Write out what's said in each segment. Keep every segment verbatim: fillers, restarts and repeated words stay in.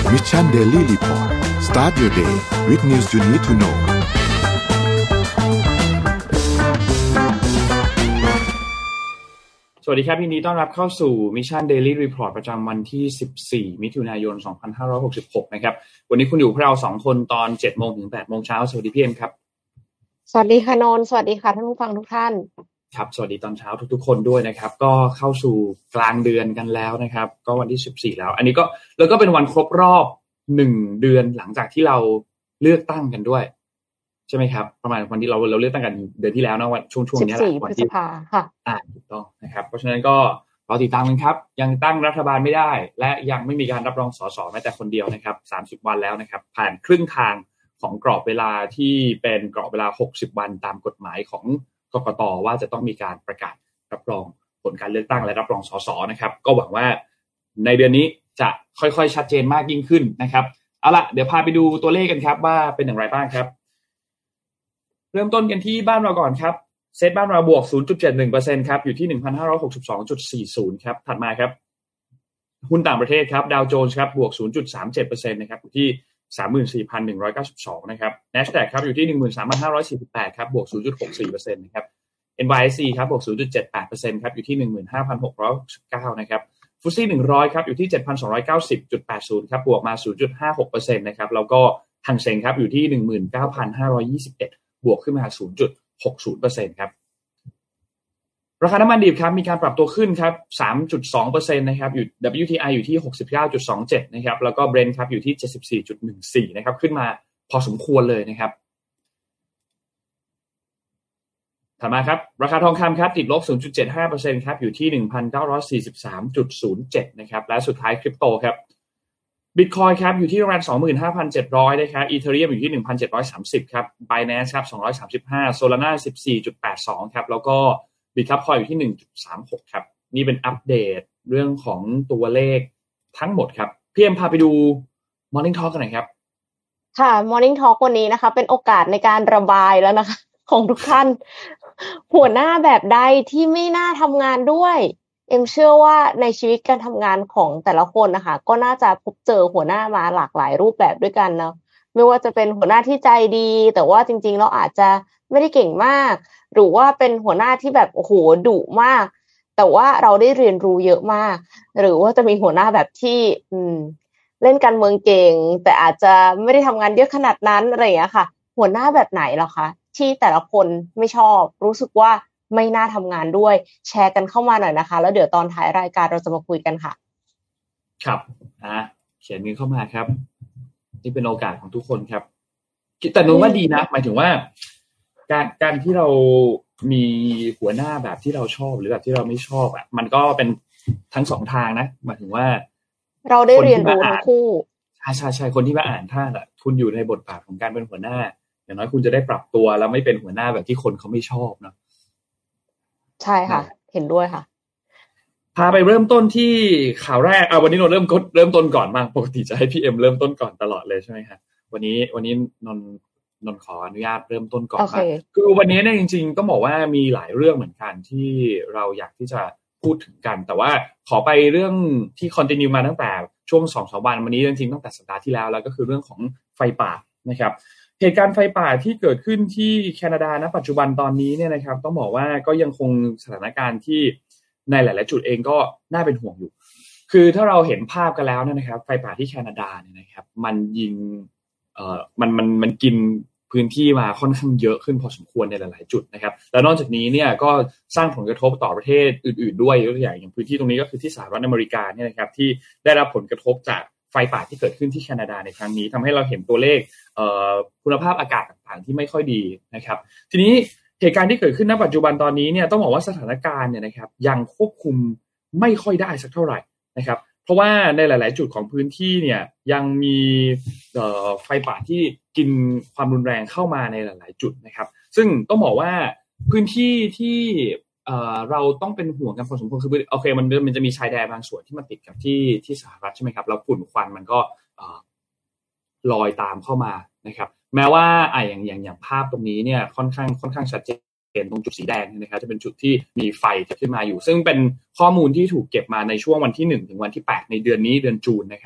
Mission Daily Report start your day with news you need to know สวัสดีครับยินดีต้อนรับเข้าสู่ Mission Daily Report ประจำวันที่สิบสี่มิถุนายนสองพันห้าร้อยหกสิบหกนะครับวันนี้คุณอยู่กับเราสองคนตอน เจ็ดโมง ถึง แปดโมง เช้าสวัสดีพี่เอ็มครับสวัสดีค่ะนนท์สวัสดีค่ะท่านผู้ฟังทุกท่านครับสวัสดีตอนเช้าทุกๆคนด้วยนะครับก็เข้าสู่กลางเดือนกันแล้วนะครับก็วันที่สิบสี่แล้วอันนี้ก็แล้วก็เป็นวันครบรอบหนึ่งเดือนหลังจากที่เราเลือกตั้งกันด้วยใช่ไหมครับประมาณวันที่เราเราเลือกตั้งกันเดือนที่แล้วนะวันช่วงช่วงนี้แหละวันที่สิบสี่พฤษภาค่ะอ่าถูกต้องนะครับเพราะฉะนั้นก็รอติดตามกันครับยังตั้งรัฐบาลไม่ได้และยังไม่มีการรับรองสสแม้แต่คนเดียวนะครับสามสิบวันแล้วนะครับผ่านครึ่งทางของกรอบเวลาที่เป็นกรอบเวลาหกสิบวันตามกฎหมายของกกต.ว่าจะต้องมีการประกาศรับรองผลการเลือกตั้งและรับรองสสนะครับก็หวังว่าในเดือนนี้จะค่อยๆชัดเจนมากยิ่งขึ้นนะครับเอาล่ะเดี๋ยวพาไปดูตัวเลขกันครับว่าเป็นอย่างไรบ้างครับเริ่มต้นกันที่บ้านเราก่อนครับเซตบ้านเราบวก ศูนย์จุดเจ็ดหนึ่งเปอร์เซ็นต์ ครับอยู่ที่ หนึ่งพันห้าร้อยหกสิบสองจุดสี่ศูนย์ ครับถัดมาครับหุ้นต่างประเทศครับดาวโจนส์ครับบวก ศูนย์จุดสามเจ็ดเปอร์เซ็นต์ นะครับอยู่ที่ สามหมื่นสี่พันหนึ่งร้อยเก้าสิบสอง นะครับ NASDAQ ครับอยู่ที่ หนึ่งหมื่นสามพันห้าร้อยสี่สิบแปด ครับบวก ศูนย์จุดหกสี่เปอร์เซ็นต์ นะครับ เอ็น วาย เอส ซี ครับบวก ศูนย์จุดเจ็ดแปดเปอร์เซ็นต์ ครับอยู่ที่ หนึ่งหมื่นห้าพันหกร้อยหกสิบเก้า นะครับ เอฟ ที เอส อี หนึ่งร้อยครับอยู่ที่ เจ็ดพันสองร้อยเก้าสิบจุดแปดศูนย์ ครับบวกมา ศูนย์จุดห้าหกเปอร์เซ็นต์ นะครับแล้วก็ฮังเซ็งครับอยู่ที่ หนึ่งหมื่นเก้าพันห้าร้อยยี่สิบเอ็ด บวกขึ้นมา ศูนย์จุดหกศูนย์เปอร์เซ็นต์ ครับราคาน้ำมันดิบครับมีการปรับตัวขึ้นครับ สามจุดสองเปอร์เซ็นต์ นะครับอยู่ ดับเบิลยู ที ไอ อยู่ที่ หกสิบเก้าจุดสองเจ็ด นะครับแล้วก็ Brent ครับอยู่ที่ เจ็ดสิบสี่จุดหนึ่งสี่ นะครับขึ้นมาพอสมควรเลยนะครับถัดมาครับราคาทองคำครับติดลบ ศูนย์จุดเจ็ดห้าเปอร์เซ็นต์ ครับอยู่ที่ หนึ่งพันเก้าร้อยสี่สิบสามจุดศูนย์เจ็ด นะครับและสุดท้ายคริปโตครับ Bitcoin ครับอยู่ที่ประมาณ สองหมื่นห้าพันเจ็ดร้อย นะครับ Ethereum อยู่ที่ หนึ่งพันเจ็ดร้อยสามสิบ ครับ Binance ครับสองร้อยสามสิบห้า Solana สิบสี่จุดแปดสอง ครับแล้วก็ Bitcoin อยู่ที่ หนึ่งจุดสามหก ครับนี่เป็นอัปเดตเรื่องของตัวเลขทั้งหมดครับพี่เอ็มพาไปดู Morning Talk กันหน่อยครับค่ะ Morning Talk วันนี้นะคะเป็นโอกาสในการระบายแล้วนะคะของทุกท่านหัวหน้าแบบใดที่ไม่น่าทำงานด้วยเอ็มเชื่อว่าในชีวิตการทำงานของแต่ละคนนะคะก็น่าจะพบเจอหัวหน้ามาหลากหลายรูปแบบด้วยกันเนาะไม่ว่าจะเป็นหัวหน้าที่ใจดีแต่ว่าจริงๆเราอาจจะไม่ได้เก่งมากหรือว่าเป็นหัวหน้าที่แบบโอ้โหดุมากแต่ว่าเราได้เรียนรู้เยอะมากหรือว่าจะมีหัวหน้าแบบที่อืมเล่นการเมืองเก่งแต่อาจจะไม่ได้ทำงานเยอะขนาดนั้นอะไรอย่างเงี้ยค่ะหัวหน้าแบบไหนเหรอคะที่แต่ละคนไม่ชอบรู้สึกว่าไม่น่าทำงานด้วยแชร์กันเข้ามาหน่อยนะคะแล้วเดี๋ยวตอนท้ายรายการเราจะมาคุยกันค่ะครับอ่ะเขียนกันเข้ามาครับนี่เป็นโอกาสของทุกคนครับแต่นึกว่าดีนะหมายถึงว่าการการที่เรามีหัวหน้าแบบที่เราชอบหรือแบบที่เราไม่ชอบอ่ะมันก็เป็นทั้งสองทางนะหมายถึงว่าเราได้เรียนรู้ทั้งคู่ใช่ใช่ใช่คนที่มาอ่านถ้าอ่ะคุณอยู่ในบทบาทของการเป็นหัวหน้าอย่างน้อยคุณจะได้ปรับตัวแล้วไม่เป็นหัวหน้าแบบที่คนเขาไม่ชอบเนาะใช่ค่ะเห็นด้วยค่ะพาไปเริ่มต้นที่ข่าวแรกเอาวันนี้นนเริ่มเริ่มต้นก่อนบ้างปกติจะให้พี่เอ็มเริ่มต้นก่อนตลอดเลยใช่ไหมครับวันนี้วันนี้นนนนขออนุญาตเริ่มต้นก่อนนะคือวันนี้เนี่ยจริงๆต้องบอกว่ามีหลายเรื่องเหมือนกันที่เราอยากที่จะพูดถึงกันแต่ว่าขอไปเรื่องที่คอนติเนียมาตั้งแต่ช่วง สองถึงสาม วันวันนี้จริงๆตั้งแต่สัปดาห์ที่แล้วแล้วก็คือเรื่องของไฟป่านะครับเหตุการณ์ไฟป่าที่เกิดขึ้นที่แคนาดาณปัจจุบันตอนนี้เนี่ยนะครับต้องบอกว่าก็ยังคงสถานการณ์ที่ในหลายๆจุดเองก็น่าเป็นห่วงอยู่คือถ้าเราเห็นภาพกันแล้วเนี่ยนะครับไฟป่าที่แคนาดาเนี่ยนะครับมันยิงเอ่อมันมันมันกินพื้นที่มาค่อนข้างเยอะขึ้นพอสมควรในหลายๆจุดนะครับแล้วนอกจากนี้เนี่ยก็สร้างผลกระทบต่อประเทศอื่นๆด้วยยกตัวอย่างอย่างพื้นที่ตรงนี้ก็คือที่สหรัฐอเมริกาเนี่ยนะครับที่ได้รับผลกระทบจากไฟป่าที่เกิดขึ้นที่แคนาดาในครั้งนี้ทำให้เราเห็นตัวเลขคุณภาพอากาศต่างๆที่ไม่ค่อยดีนะครับทีนี้เหตุการณ์ที่เกิดขึ้นณปัจจุบันตอนนี้เนี่ยต้องบอกว่าสถานการณ์เนี่ยนะครับยังควบคุมไม่ค่อยได้สักเท่าไหร่นะครับเพราะว่าในหลายๆจุดของพื้นที่เนี่ยยังมีไฟป่าที่กินความรุนแรงเข้ามาในหลายๆจุดนะครับซึ่งต้องบอกว่าพื้นที่ที่เราต้องเป็นห่วงกันพอสมควรคือโอเคมันมันจะมีชายแดนบางส่วนที่มันติดกับที่ที่สหรัฐใช่ไหมครับแล้วฝุ่นควันมันก็ลอยตามเข้ามานะครับแม้ว่าไอ้อย่างอย่างอย่างภาพตรงนี้เนี่ยค่อนข้างค่อนข้างชัดเจนตรงจุดสีแดงนะครับจะเป็นจุดที่มีไฟขึ้นมาอยู่ซึ่งเป็นข้อมูลที่ถูกเก็บมาในช่วงวันที่หนึ่งถึงวันที่แปดในเดือนนี้เดือนจูนนะครับเรา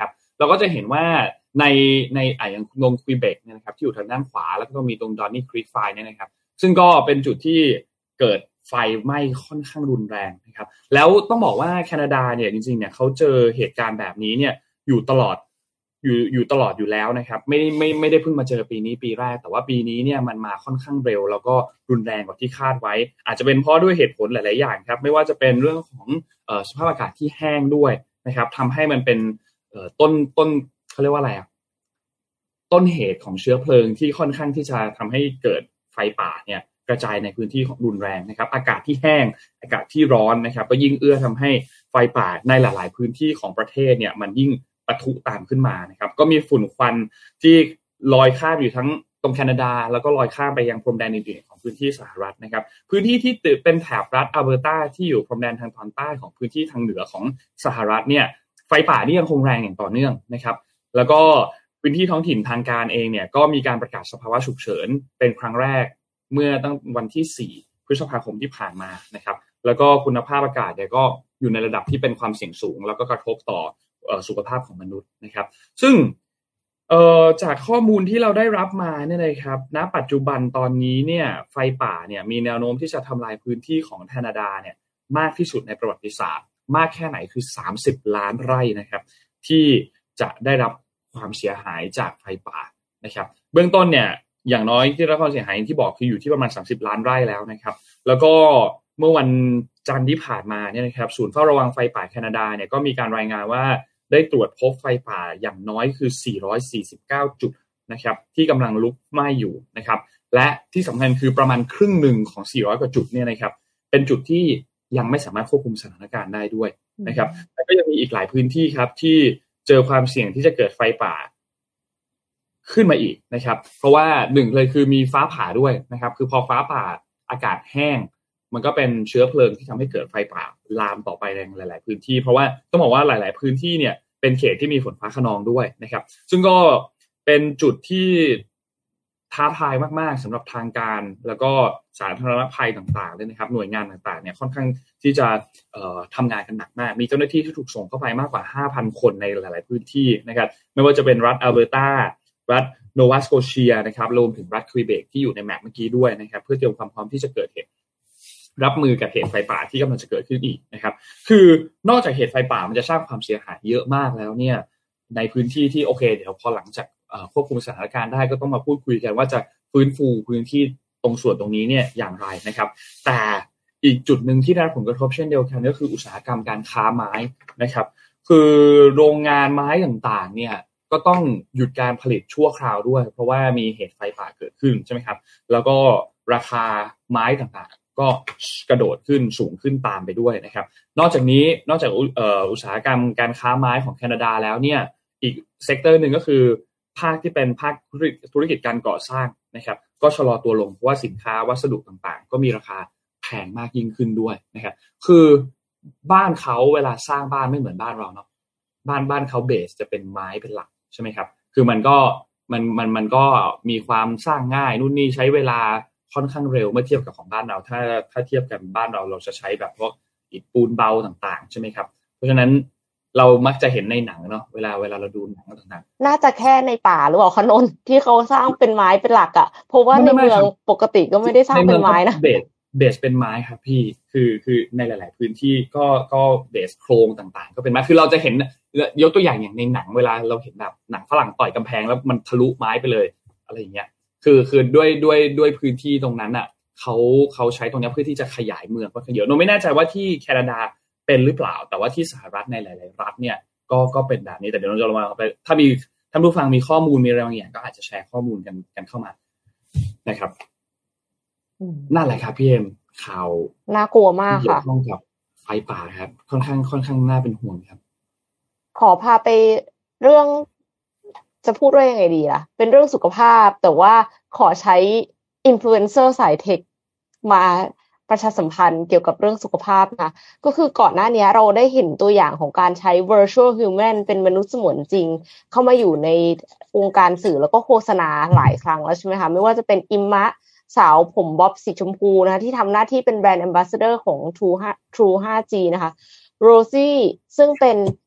เราก็จะเห็นว่าในในอ่ะอย่างลงควีเบกเนี่ยนะครับที่อยู่ทางด้านขวาแล้วก็มีตรงดอนนี่ครีกไฟเนี่ยนะครับซึ่งก็เป็นจุดที่เกิดไฟไหม้ค่อนข้างรุนแรงนะครับแล้วต้องบอกว่าแคนาดาเนี่ยจริงๆเนี่ยเขาเจอเหตุการณ์แบบนี้เนี่ยอยู่ตลอดอยู่อยู่ตลอดอยู่แล้วนะครับไม่ไม่ไม่ได้เพิ่งมาเจอปีนี้ปีแรกแต่ว่าปีนี้เนี่ยมันมาค่อนข้างเร็วแล้วก็รุนแรงกว่าที่คาดไว้อาจจะเป็นเพราะด้วยเหตุผลหลายๆอย่างครับไม่ว่าจะเป็นเรื่องของเอ่อสภาพอากาศที่แห้งด้วยนะครับทำให้มันเป็นเอ่อต้นต้นเขาเรียกว่าอะไรอ่ะต้นเหตุของเชื้อเพลิงที่ค่อนข้างที่จะทำให้เกิดไฟป่าเนี่ยกระจายในพื้นที่ของรุนแรงนะครับอากาศที่แห้งอากาศที่ร้อนนะครับก็ยิ่งเอื้อทำให้ไฟป่าในหลายๆพื้นที่ของประเทศเนี่ยมันยิ่งปะทุตามขึ้นมานะครับก็มีฝุ่นควันที่ลอยข้ามอยู่ทั้งตรงแคนาดาแล้วก็ลอยข้ามไปยังพรมแดนอื่นๆของพื้นที่สหรัฐนะครับพื้นที่ที่เป็นแถบรัฐอัลเบอร์ตาที่อยู่พรมแดนทางตอนใต้ของพื้นที่ทางเหนือของสหรัฐเนี่ยไฟป่านี่ยังคงแรงอย่างต่อเนื่องนะครับแล้วก็พื้นที่ท้องถิ่นทางการเองเนี่ยก็มีการประกาศสภาวะฉุกเฉินเป็นครั้งแรกเมื่อตั้งวันที่สี่พฤษภาคมที่ผ่านมานะครับแล้วก็คุณภาพอากาศเนี่ยก็อยู่ในระดับที่เป็นความเสี่ยงสูงแล้วก็กระทบต่อสุขภาพของมนุษย์นะครับซึ่งเอ่อจากข้อมูลที่เราได้รับมาเนี่ยเลยครับณปัจจุบันตอนนี้เนี่ยไฟป่าเนี่ยมีแนวโน้มที่จะทำลายพื้นที่ของแคนาดาเนี่ยมากที่สุดในประวัติศาสตร์มากแค่ไหนคือสามสิบล้านไร่นะครับที่จะได้รับความเสียหายจากไฟป่านะครับเบื้องต้นเนี่ยอย่างน้อยที่รับความเสียหายที่บอกคืออยู่ที่ประมาณสามสิบล้านไร่แล้วนะครับแล้วก็เมื่อวันจันทร์ที่ผ่านมาเนี่ยนะครับศูนย์เฝ้าระวังไฟป่าแคนาดาเนี่ยก็มีการรายงานว่าได้ตรวจพบไฟป่าอย่างน้อยคือสี่ร้อยสี่สิบเก้าจุดนะครับที่กำลังลุกไหม้อยู่นะครับและที่สำคัญคือประมาณครึ่งหนึ่งของสี่ร้อยกว่าจุดเนี่ยนะครับเป็นจุดที่ยังไม่สามารถควบคุมสถานการณ์ได้ด้วยนะครับแต่ก็ยังมีอีกหลายพื้นที่ครับที่เจอความเสี่ยงที่จะเกิดไฟป่าขึ้นมาอีกนะครับเพราะว่าหนึ่งเลยคือมีฟ้าผ่าด้วยนะครับคือพอฟ้าผ่าอากาศแห้งมันก็เป็นเชื้อเพลิงที่ทำให้เกิดไฟป่าลามต่อไปในหลายๆพื้นที่เพราะว่าต้องบอกว่าหลายๆพื้นที่เนี่ยเป็นเขตที่มีฝนฟ้าคะนองด้วยนะครับซึ่งก็เป็นจุดที่ท้าทายมากๆสำหรับทางการแล้วก็สาธารณภัยต่างๆเลยนะครับหน่วยงานต่างๆเนี่ยค่อนข้างที่จะเอ่อทำงานกันหนักมากมีเจ้าหน้าที่ที่ถูกส่งเข้าไปมากกว่า ห้าพัน คนในหลายๆพื้นที่นะครับไม่ว่าจะเป็นรัฐอัลเบอร์ตารัฐโนวาสโกเชียนะครับรวมถึงรัฐควีเบกที่อยู่ในแมปเมื่อกี้ด้วยนะครับเพื่อเตรียมความพร้อมที่จะเกิดเหตุรับมือกับเหตุไฟป่าที่กำลังจะเกิดขึ้นอีกนะครับคือนอกจากเหตุไฟป่ามันจะสร้างความเสียหายเยอะมากแล้วเนี่ยในพื้นที่ที่โอเคเดี๋ยวพอหลังจากควบคุมสถานการณ์ได้ก็ต้องมาพูดคุยกันว่าจะฟื้นฟูพื้นที่ตรงส่วนตรงนี้เนี่ยอย่างไรนะครับแต่อีกจุดหนึ่งที่ได้รับผลกระทบเช่นเดียวกันก็คืออุตสาหกรรมการค้าไม้นะครับคือโรงงานไม้ต่างๆเนี่ยก็ต้องหยุดการผลิตชั่วคราวด้วยเพราะว่ามีเหตุไฟป่าเกิดขึ้นใช่ไหมครับแล้วก็ราคาไม้ต่างๆก็กระโดดขึ้นสูงขึ้นตามไปด้วยนะครับนอกจากนี้นอกจากอุตสาหกรรมการค้าไม้ของแคนาดาแล้วเนี่ยอีกเซกเตอร์หนึ่งก็คือภาคที่เป็นภาคธุรกิจการก่อสร้างนะครับก็ชะลอตัวลงเพราะว่าสินค้าวัสดุต่างๆก็มีราคาแพงมากยิ่งขึ้นด้วยนะครับคือบ้านเขาเวลาสร้างบ้านไม่เหมือนบ้านเราเนาะบ้านบ้านเขาเบสจะเป็นไม้เป็นหลักใช่ไหมครับคือมันก็มันมันมันก็มีความสร้างง่ายนู่นนี่ใช้เวลาค่อนข้างเร็วเมื่อเทียบกับของบ้านเราถ้าถ้าเทียบกันบ้านเราเราจะใช้แบบพวกอิฐปูนเบาต่างๆใช่ไหมครับเพราะฉะนั้นเรามักจะเห็นในหนังเนาะเวลาเวลาเราดูหนังต่างๆน่าจะแค่ในป่าหรือเปล่าคะนนท์ที่เขาสร้างเป็นไม้เป็นหลักอ่ะเพราะว่าในเมืองปกติก็ไม่ได้สร้างเป็นไม้นะเบสเบสเป็นไม้ครับพี่คือคือในหลายๆพื้นที่ก็ก็เบสโครงต่างๆก็เป็นไม้คือเราจะเห็นยกตัวอย่างอย่างในหนังเวลาเราเห็นแบบหนังฝรั่งต่อยกำแพงแล้วมันทะลุไม้ไปเลยอะไรอย่างเงี้ยคือคือด้วยด้วยด้วยพื้นที่ตรงนั้นอ่ะเขาเขาใช้ตรงนี้เพื่อที่จะขยายเมืองก็เยอะโนไม่แน่ใจว่าที่แคนาดาเป็นหรือเปล่าแต่ว่าที่สหรัฐในหลายๆรัฐเนี่ยก็ก็เป็นแบบนี้แต่เดี๋ยวเราจะมาถ้ามีท่านผู้ฟังมีข้อมูลมีอะไรบางอย่างก็อาจจะแชร์ข้อมูลกันกันเข้ามานะครับนั่นแหละครับพี่เอ็มข่าวน่ากลัวมากค่ะเกี่ยวข้องกับไฟป่าครับค่อนข้างค่อนข้างน่าเป็นห่วงครับขอพาไปเรื่องจะพูดว่ายังไงดีล่ะเป็นเรื่องสุขภาพแต่ว่าขอใช้อินฟลูเอนเซอร์สายเทคมาประชาสัมพันธ์เกี่ยวกับเรื่องสุขภาพนะก็คือก่อนหน้านี้เราได้เห็นตัวอย่างของการใช้ virtual human เป็นมนุษย์เสมือนจริงเข้ามาอยู่ในวงการสื่อแล้วก็โฆษณาหลายครั้งแล้วใช่ไหมคะไม่ว่าจะเป็นอิมมะสาวผมบ๊อบสีชมพูนะคะที่ทำหน้าที่เป็นแบรนด์แอมบาสเดอร์ของ True 5G นะคะโรซี่ซึ่งเป็น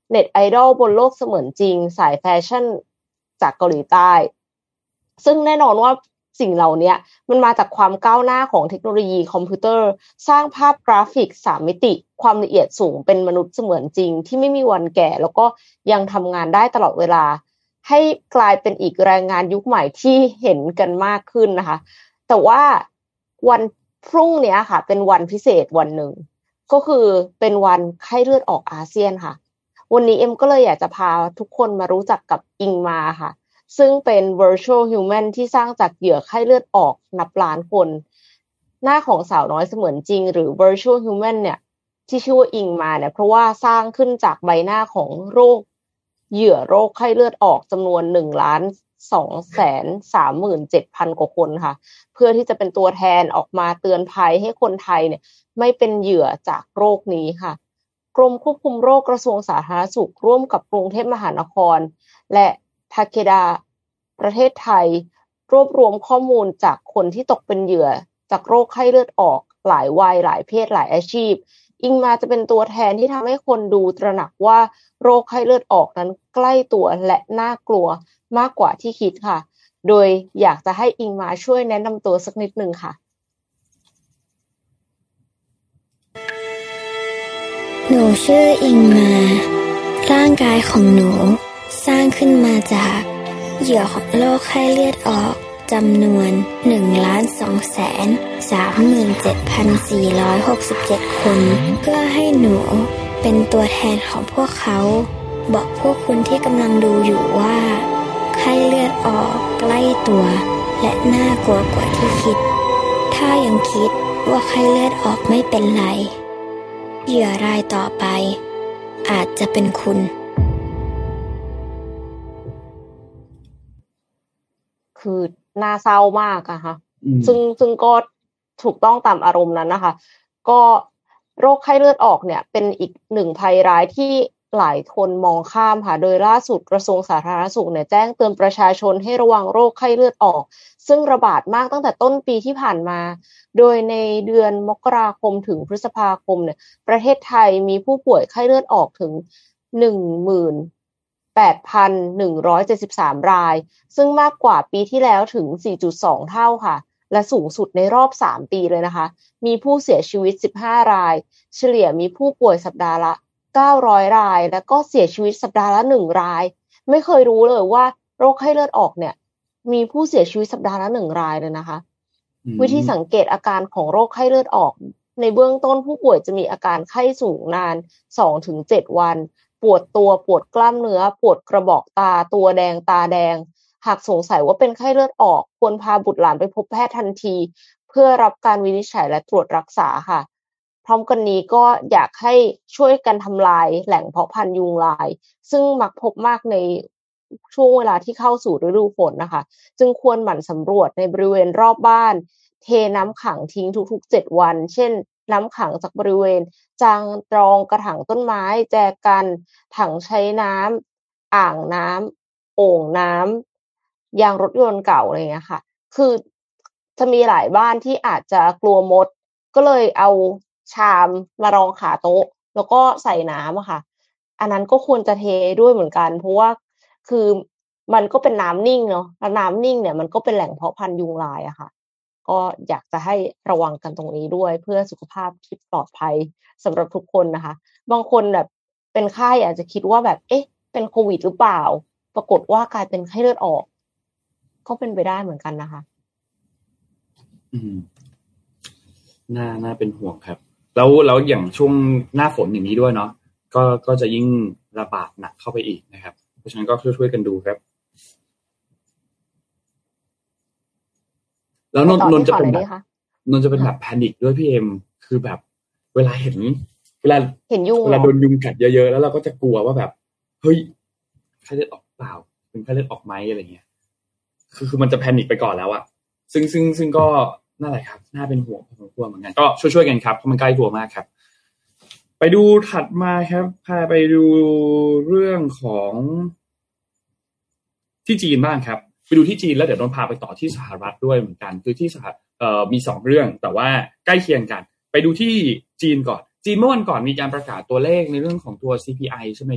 เน็ตไอดอลบนโลกเสมือนจริงสายแฟชั่นจากเกาหลีใต้ซึ่งแน่นอนว่าสิ่งเหล่านี้มันมาจากความก้าวหน้าของเทคโนโลยีคอมพิวเตอร์สร้างภาพกราฟิกสามมิติความละเอียดสูงเป็นมนุษย์เสมือนจริงที่ไม่มีวันแก่แล้วก็ยังทำงานได้ตลอดเวลาให้กลายเป็นอีกแรงงานยุคใหม่ที่เห็นกันมากขึ้นนะคะแต่ว่าวันพรุ่งนี้ค่ะเป็นวันพิเศษวันหนึ่งก็คือเป็นวันไข้เลือดออกอาเซียนค่ะวันนี้เอ็มก็เลยอยากจะพาทุกคนมารู้จักกับอิงมาค่ะซึ่งเป็น virtual human ที่สร้างจากเหยื่อไข้เลือดออกนับล้านคนหน้าของสาวน้อยเสมือนจริงหรือ virtual human เนี่ยที่ชื่อว่าอิงมาเนี่ยเพราะว่าสร้างขึ้นจากใบหน้าของโรคเหยื่อโรคไข้เลือดออกจำนวนหนึ่งล้านสองแสนสามหมื่นเจ็ดพันกว่าคนค่ะเพื่อที่จะเป็นตัวแทนออกมาเตือนภัยให้คนไทยเนี่ยไม่เป็นเหยื่อจากโรคนี้ค่ะกรมควบคุมโรคกระทรวงสาธารณสุขร่วมกับกรุงเทพมหานครและทาเคดาประเทศไทยรวบรวมข้อมูลจากคนที่ตกเป็นเหยื่อจากโรคไข้เลือดออกหลายวัยหลายเพศหลายอาชีพอิงมาจะเป็นตัวแทนที่ทำให้คนดูตระหนักว่าโรคไข้เลือดออกนั้นใกล้ตัวและน่ากลัวมากกว่าที่คิดค่ะโดยอยากจะให้อิงมาช่วยแนะนำตัวสักนิดนึงค่ะหนูชื่ออิงมาร่างกายของหนูสร้างขึ้นมาจากเหยื่อของโรคไข้เลือดออกจำนวน หนึ่งล้านสองแสนสามหมื่นเจ็ดพันสี่ร้อยหกสิบเจ็ด คนเพื่อให้หนูเป็นตัวแทนของพวกเขาบอกพวกคุณที่กำลังดูอยู่ว่าไข้เลือดออกใกล้ตัวและน่ากลัวกว่าที่คิดถ้ายังคิดว่าไข้เลือดออกไม่เป็นไรเหยื่อรายต่อไปอาจจะเป็นคุณคือน่าเศร้ามากอะค่ะซึ่งซึ่งก็ถูกต้องตามอารมณ์นั้นนะคะก็โรคไข้เลือดออกเนี่ยเป็นอีกหนึ่งภัยร้ายที่หลายคนมองข้ามค่ะโดยล่าสุดกระทรวงสาธารณสุขเนี่ยแจ้งเตือนประชาชนให้ระวังโรคไข้เลือดออกซึ่งระบาดมากตั้งแต่ต้นปีที่ผ่านมาโดยในเดือนมกราคมถึงพฤษภาคมเนี่ยประเทศไทยมีผู้ป่วยไข้เลือดออกถึง หนึ่งหมื่นแปดพันหนึ่งร้อยเจ็ดสิบสาม รายซึ่งมากกว่าปีที่แล้วถึง สี่จุดสอง เท่าค่ะและสูงสุดในรอบสามปีเลยนะคะมีผู้เสียชีวิตสิบห้ารายเฉลี่ยมีผู้ป่วยสัปดาห์ละเก้าร้อยรายแล้วก็เสียชีวิตสัปดาห์ละหนึ่งรายไม่เคยรู้เลยว่าโรคไข้เลือดออกเนี่ยมีผู้เสียชีวิตสัปดาห์ละหนึ่งรายเลยนะคะวิธีสังเกตอาการของโรคไข้เลือดออกในเบื้องต้นผู้ป่วยจะมีอาการไข้สูงนาน สองถึงเจ็ด วันปวดตัวปวดกล้ามเนื้อปวดกระบอกตาตัวแดงตาแดงหากสงสัยว่าเป็นไข้เลือดออกควรพาบุตรหลานไปพบแพทย์ทันทีเพื่อรับการวินิจฉัยและตรวจรักษาค่ะพร้อมกันนี้ก็อยากให้ช่วยกันทำลายแหล่งเพาะพันธุ์ยุงลายซึ่งมักพบมากในช่วงเวลาที่เข้าสู่ฤดูฝนนะคะจึงควรหมั่นสำรวจในบริเวณรอบบ้านเทน้ำขังทิ้งทุกๆเจ็ดวันเช่นน้ำขังจากบริเวณจางรองกระถางต้นไม้แจกันถังใช้น้ำอ่างน้ำโอ่งน้ำยางรถยนต์เก่าอะไรอย่างเงี้ยค่ะคือจะมีหลายบ้านที่อาจจะกลัวมดก็เลยเอาชามมารองขาโต๊ะแล้วก็ใส่น้ำอะค่ะอันนั้นก็ควรจะเทด้วยเหมือนกันเพราะว่าคือมันก็เป็นน้ำนิ่งเนาะแล้วน้ำนิ่งเนี่ยมันก็เป็นแหล่งเพาะพันธุ์ยุงลายอะค่ะก็อยากจะให้ระวังกันตรงนี้ด้วยเพื่อสุขภาพที่ปลอดภัยสำหรับทุกคนนะคะบางคนแบบเป็นไข้อาจจะคิดว่าแบบเอ๊ะเป็นโควิดหรือเปล่าปรากฏว่ากลายเป็นไข้เลือดออกก็เป็นไปได้เหมือนกันนะคะอืมน่าน่าเป็นห่วงครับแล้วแล้วอย่างช่วงหน้าฝนอย่างนี้ด้วยเนาะก็ก็จะยิ่งระบาดหนักเข้าไปอีกนะครับเพราะฉะนั้นก็ช่วยๆกันดูครับแล้วนนนนจะเป็นแบบนนจะเป็นแบบแพนิคด้วยพี่เอ็มคือแบบเวลาเห็นเวลาเห็นยุงเวลาโดนยุงกัดเยอะๆแล้วเราก็จะกลัวว่าแบบเฮ้ยไข้เลือดออกเปล่าเป็นไข้เลือดออกไหมอะไรเงี้ยคือคือมันจะแพนิคไปก่อนแล้วอะซึ่งซึ่งซึ่งก็น่าอะไรครับน่าเป็นห่วงพอสมควรเหมือนกันก็ช่วยๆกันครับเพราะมันใกล้ตัวมากครับไปดูถัดมาครับพาไปดูเรื่องของที่จีนบ้างครับไปดูที่จีนแล้วเดี๋ยวนนพาไปต่อที่สหรัฐด้วยเหมือนกันคือที่สหเอ่อมีสองเรื่องแต่ว่าใกล้เคียงกันไปดูที่จีนก่อนจีนเมื่อวันก่อนมีการประกาศตัวเลขในเรื่องของตัว ซี พี ไอ ใช่ไหมครับ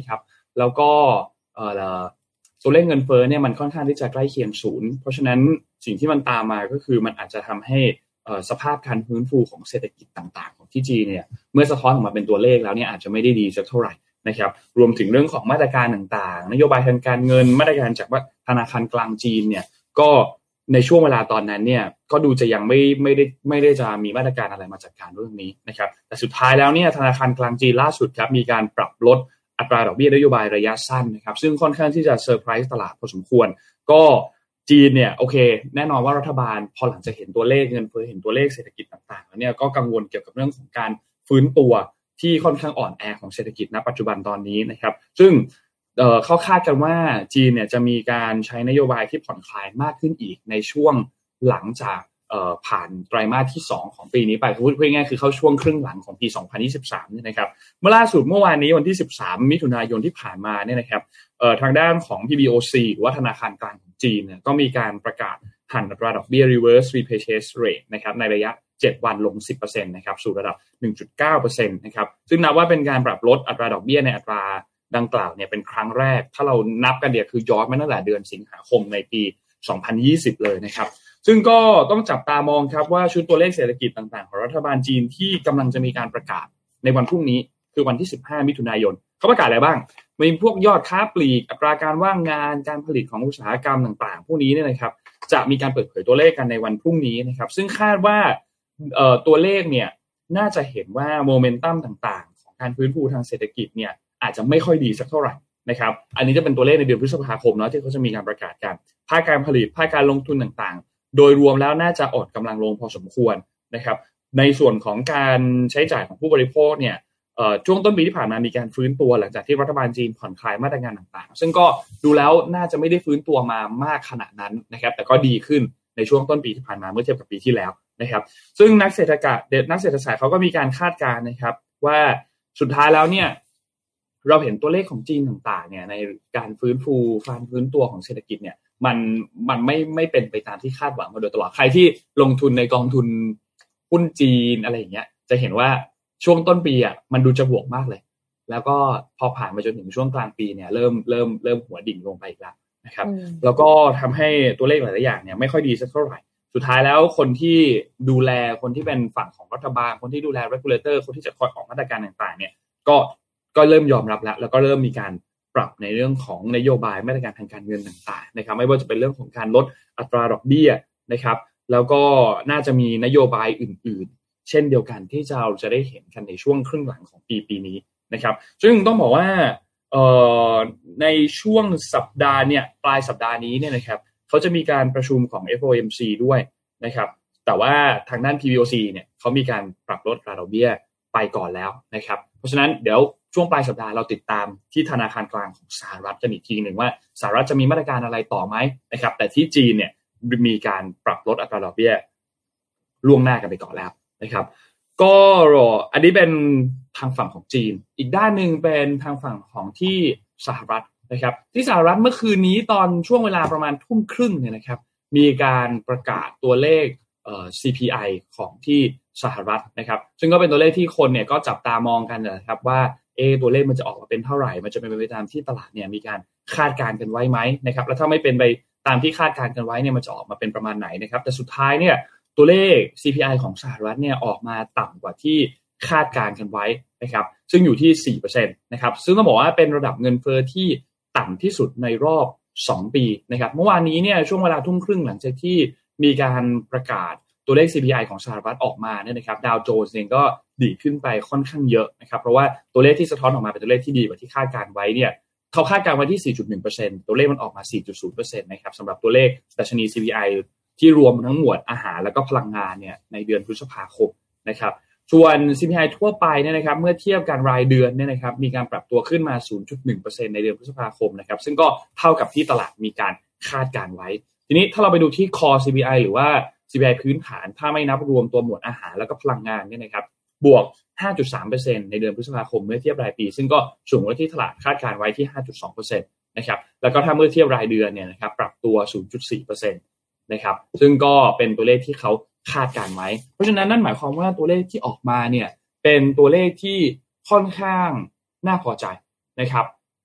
แล้วก็เอ่อตัวเลขเงินเฟ้อเนี่ยมันค่อนข้างที่จะใกล้เคียงศูนย์เพราะฉะนั้นสิ่งที่มันตามมาก็คือมันอาจจะทำให้สภาพการฟื้นฟูของเศรษฐกิจต่างๆของที่จีนเนี่ยเมื่อสะท้อนออกมาเป็นตัวเลขแล้วเนี่ยอาจจะไม่ได้ดีสักเท่าไหร่นะครับรวมถึงเรื่องของมาตรการต่างๆนโยบายทางการเงินมาตรการจากธนาคารกลางจีนเนี่ยก็ในช่วงเวลาตอนนั้นเนี่ยก็ดูจะยังไม่ไม่ได้ไม่ได้จะมีมาตรการอะไรมาจัดการเรื่องนี้นะครับแต่สุดท้ายแล้วเนี่ยธนาคารกลางจีนล่าสุดครับมีการปรับลดอัตราดอกเบี้ยนโยบายระยะสั้นนะครับซึ่งค่อนข้างที่จะเซอร์ไพรส์ตลาดพอสมควรก็จีนเนี่ยโอเคแน่นอนว่ารัฐบาลพอหลังจากเห็นตัวเลขเงินเฟ้อเห็นตัวเลขเศรษฐกิจต่างๆแล้วเนี่ยก็กังวลเกี่ยวกับเรื่องของการฟื้นตัวที่ค่อนข้างอ่อนแอของเศรษฐกิจณปัจจุบันตอนนี้นะครับซึ่งเอ่อเขาคาดกันว่าจีนเนี่ยจะมีการใช้นโยบายที่ผ่อนคลายมากขึ้นอีกในช่วงหลังจากเอ่อผ่านไตรมาสที่สองของปีนี้ไปพูดง่ายๆคือเข้าช่วงครึ่งหลังของปีสองพันยี่สิบสามเนี่ยนะครับเมื่อล่าสุดเมื่อวานนี้วันที่สิบสามมิถุนายนที่ผ่านมาเนี่ยนะครับเอ่อทางด้านของ พี บี โอ ซี หรือว่าธนาคารกลางของจีนเนี่ยก็มีการประกาศหันอัตราดอกเบี้ย reverse repurchase rate นะครับในระยะเจ็ดวันลง สิบเปอร์เซ็นต์ นะครับสู่ระดับ หนึ่งจุดเก้าเปอร์เซ็นต์ นะครับซึ่งนับว่าเป็นการปรับลดอัตราดอกเบี้ยในอัตราดังกล่าวเนี่ยเป็นครั้งแรกถ้าเรานับกันเนี่ยคือย้อนมาตั้งแต่เดือนสิงหาคมในปีสองพันยี่สิบเลยนะครับซึ่งก็ต้องจับตามองครับว่าชุดตัวเลขเศรษฐกิจต่างๆของรัฐบาลจีนที่กำลังจะมีการประกาศในวันพรุ่งนี้คือวันที่สิบห้ามิถุนายนเขาประกาศอะไรบ้างมีพวกยอดค้าปลีกอัตราการว่างงานการผลิตของอุตสาหกรรมต่างๆพวกนี้เนี่ยนะครับจะมีการเปิดเผยตัวเลขกันในวันพรุ่งนี้นะครับซึ่งคาดว่าเอ่อตัวเลขเนี่ยน่าจะเห็นว่าโมเมนตัมต่างๆของการฟื้นฟูทางเศรษฐกิจเนี่ยอาจจะไม่ค่อยดีสักเท่าไหร่นะครับอันนี้จะเป็นตัวเลขในเดือนพฤษภาคมเนาะที่เขาจะมีการประกาศกันภาคการผลิตภาคการลงทุนต่างๆโดยรวมแล้วน่าจะอ่อนกำลังลงพอสมควรนะครับในส่วนของการใช้จ่ายของผู้บริโภคเนี่ยช่วงต้นปีที่ผ่านมามีการฟื้นตัวหลังจากที่รัฐบาลจีนผ่อนคลายมาตรการต่างๆซึ่งก็ดูแล้วน่าจะไม่ได้ฟื้นตัวมามากขนาดนั้นนะครับแต่ก็ดีขึ้นในช่วงต้นปีที่ผ่านมาเมื่อเทียบกับปีที่แล้วนะครับซึ่งนักเศรษฐศาสตร์นักเศรษฐศาสตร์เขาก็มีการคาดการณ์นะครับว่าสุดท้ายแล้วเนี่ยเราเห็นตัวเลขของจีนต่างๆเนี่ยในการฟื้นฟูการฟื้นตัวของเศรษฐกิจเนี่ยมันมันไม่ไม่เป็นไปตามที่คาดหวังมาโดยตลอดใครที่ลงทุนในกองทุนหุ้นจีนอะไรอย่างเงี้ยจะเห็นว่าช่วงต้นปีอ่ะมันดูจะบวกมากเลยแล้วก็พอผ่านมาจนถึงช่วงกลางปีเนี่ยเริ่มเริ่มเริ่มหัวดิ่งลงไปอีกแล้วนะครับแล้วก็ทำให้ตัวเลขหลายๆอย่างเนี่ยไม่ค่อยดีสักเท่าไหร่สุดท้ายแล้วคนที่ดูแลคนที่เป็นฝั่งของรัฐบาลคนที่ดูแล regulator คนที่จะคอยออกมาตรการต่างๆเนี่ยก็ก็เริ่มยอมรับแล้วแล้วก็เริ่มมีการปรับในเรื่องของนโยบายมาตรการทางการเงินต่างๆนะครับไม่ว่าจะเป็นเรื่องของการลดอัตราดอกเบี้ยนะครับแล้วก็น่าจะมีนโยบายอื่นๆเช่นเดียวกันที่เราจะได้เห็นกันในช่วงครึ่งหลังของปีปีนี้นะครับซึ่งต้องบอกว่าเอ่อในช่วงสัปดาห์เนี่ยปลายสัปดาห์นี้เนี่ยนะครับเขาจะมีการประชุมของ เอฟ โอ เอ็ม ซี ด้วยนะครับแต่ว่าทางด้าน พี บี โอ ซี เนี่ยเขามีการปรับลดอัตราดอกเบี้ยไปก่อนแล้วนะครับเพราะฉะนั้นเดี๋ยวช่วงปลายสัปดาห์เราติดตามที่ธนาคารกลางของสหรัฐกันอีกทีหนึ่งว่าสหรัฐจะมีมาตรการอะไรต่อไหมนะครับแต่ที่จีนเนี่ยมีการปรับลดอัตราดอกเบี้ยล่วงหน้ากันไปก่อนแล้วนะครับก็อันนี้เป็นทางฝั่งของจีนอีกด้านหนึ่งเป็นทางฝั่งของที่สหรัฐนะครับที่สหรัฐเมื่อคืนนี้ตอนช่วงเวลาประมาณทุ่มครึ่งเนี่ยนะครับมีการประกาศตัวเลขเอ่อ ซี พี ไอ ของที่สหรัฐนะครับซึ่งก็เป็นตัวเลขที่คนเนี่ยก็จับตามองกันนะครับว่าเอตัวเลขมันจะออกมาเป็นเท่าไหร่มันจะเป็นไปตามที่ตลาดเนี่ยมีการคาดการณ์กันไว้ไหมนะครับแล้วถ้าไม่เป็นไปตามที่คาดการณ์กันไว้เนี่ยมันจะออกมาเป็นประมาณไหนนะครับแต่สุดท้ายเนี่ยตัวเลข ซี พี ไอ ของสหรัฐเนี่ยออกมาต่ำกว่าที่คาดการณ์กันไว้นะครับซึ่งอยู่ที่ สี่เปอร์เซ็นต์ นะครับซึ่งต้องบอกว่าเป็นระดับเงินเฟ้อที่ต่ำที่สุดในรอบสองปีนะครับเมื่อวานนี้เนี่ยช่วงเวลาทุ่มครึ่งหลังจากที่มีการประกาศตัวเลข ซี พี ไอ ของสหรัฐออกมาเนี่ยนะครับดาวโจนส์เองก็ดีขึ้นไปค่อนข้างเยอะนะครับเพราะว่าตัวเลขที่สะท้อนออกมาเป็นตัวเลขที่ดีกว่าที่คาดการณ์ไว้เนี่ยเขาคาดการณ์ไว้ที่ สี่จุดหนึ่งเปอร์เซ็นต์ ตัวเลขมันออกมา สี่จุดศูนย์เปอร์เซ็นต์ นะครับสำหรับตัวเลขดัชนี ซี พี ไอ ที่รวมทั้งหมวดอาหารแล้วก็พลังงานเนี่ยในเดือนพฤษภาคมนะครับส่วน ซี พี ไอ ทั่วไปเนี่ยนะครับเมื่อเทียบกันรายเดือนเนี่ยนะครับมีการปรับตัวขึ้นมา ศูนย์จุดหนึ่งเปอร์เซ็นต์ ในเดือนพฤษภาคมนะครับซึ่งก็เท่ากับที่ตลาดมีการคาดการณ์ไว้ทีนี้ถ้าเราไปดูที่ Core ซี พี ไอ หรือว่า ซี พี ไอ พื้นฐานถ้าไม่นับรวมตัวหมวดอาหารแล้วก็พลังงานเนี่ยนะครับบวก ห้าจุดสามเปอร์เซ็นต์ ในเดือนพฤษภาคมเมื่อเทียบรายปีซึ่งก็สูงกว่าที่ตลาดคาดการณ์ไว้ที่ ห้าจุดสองเปอร์เซ็นต์ นะครับแล้วก็ถ้าเมื่อเทียบรายเดือนเนี่ยนะครับปรับตัว ศูนย์จุดสี่เปอร์เซ็นต์ นะครับซึ่งก็เป็นตัวเลขที่เขาคาดการณ์ไว้เพราะฉะนั้นนั่นหมายความว่าตัวเลขที่ออกมาเนี่ยเป็นตัวเลขที่ค่อนข้างน่าพอใจนะครับ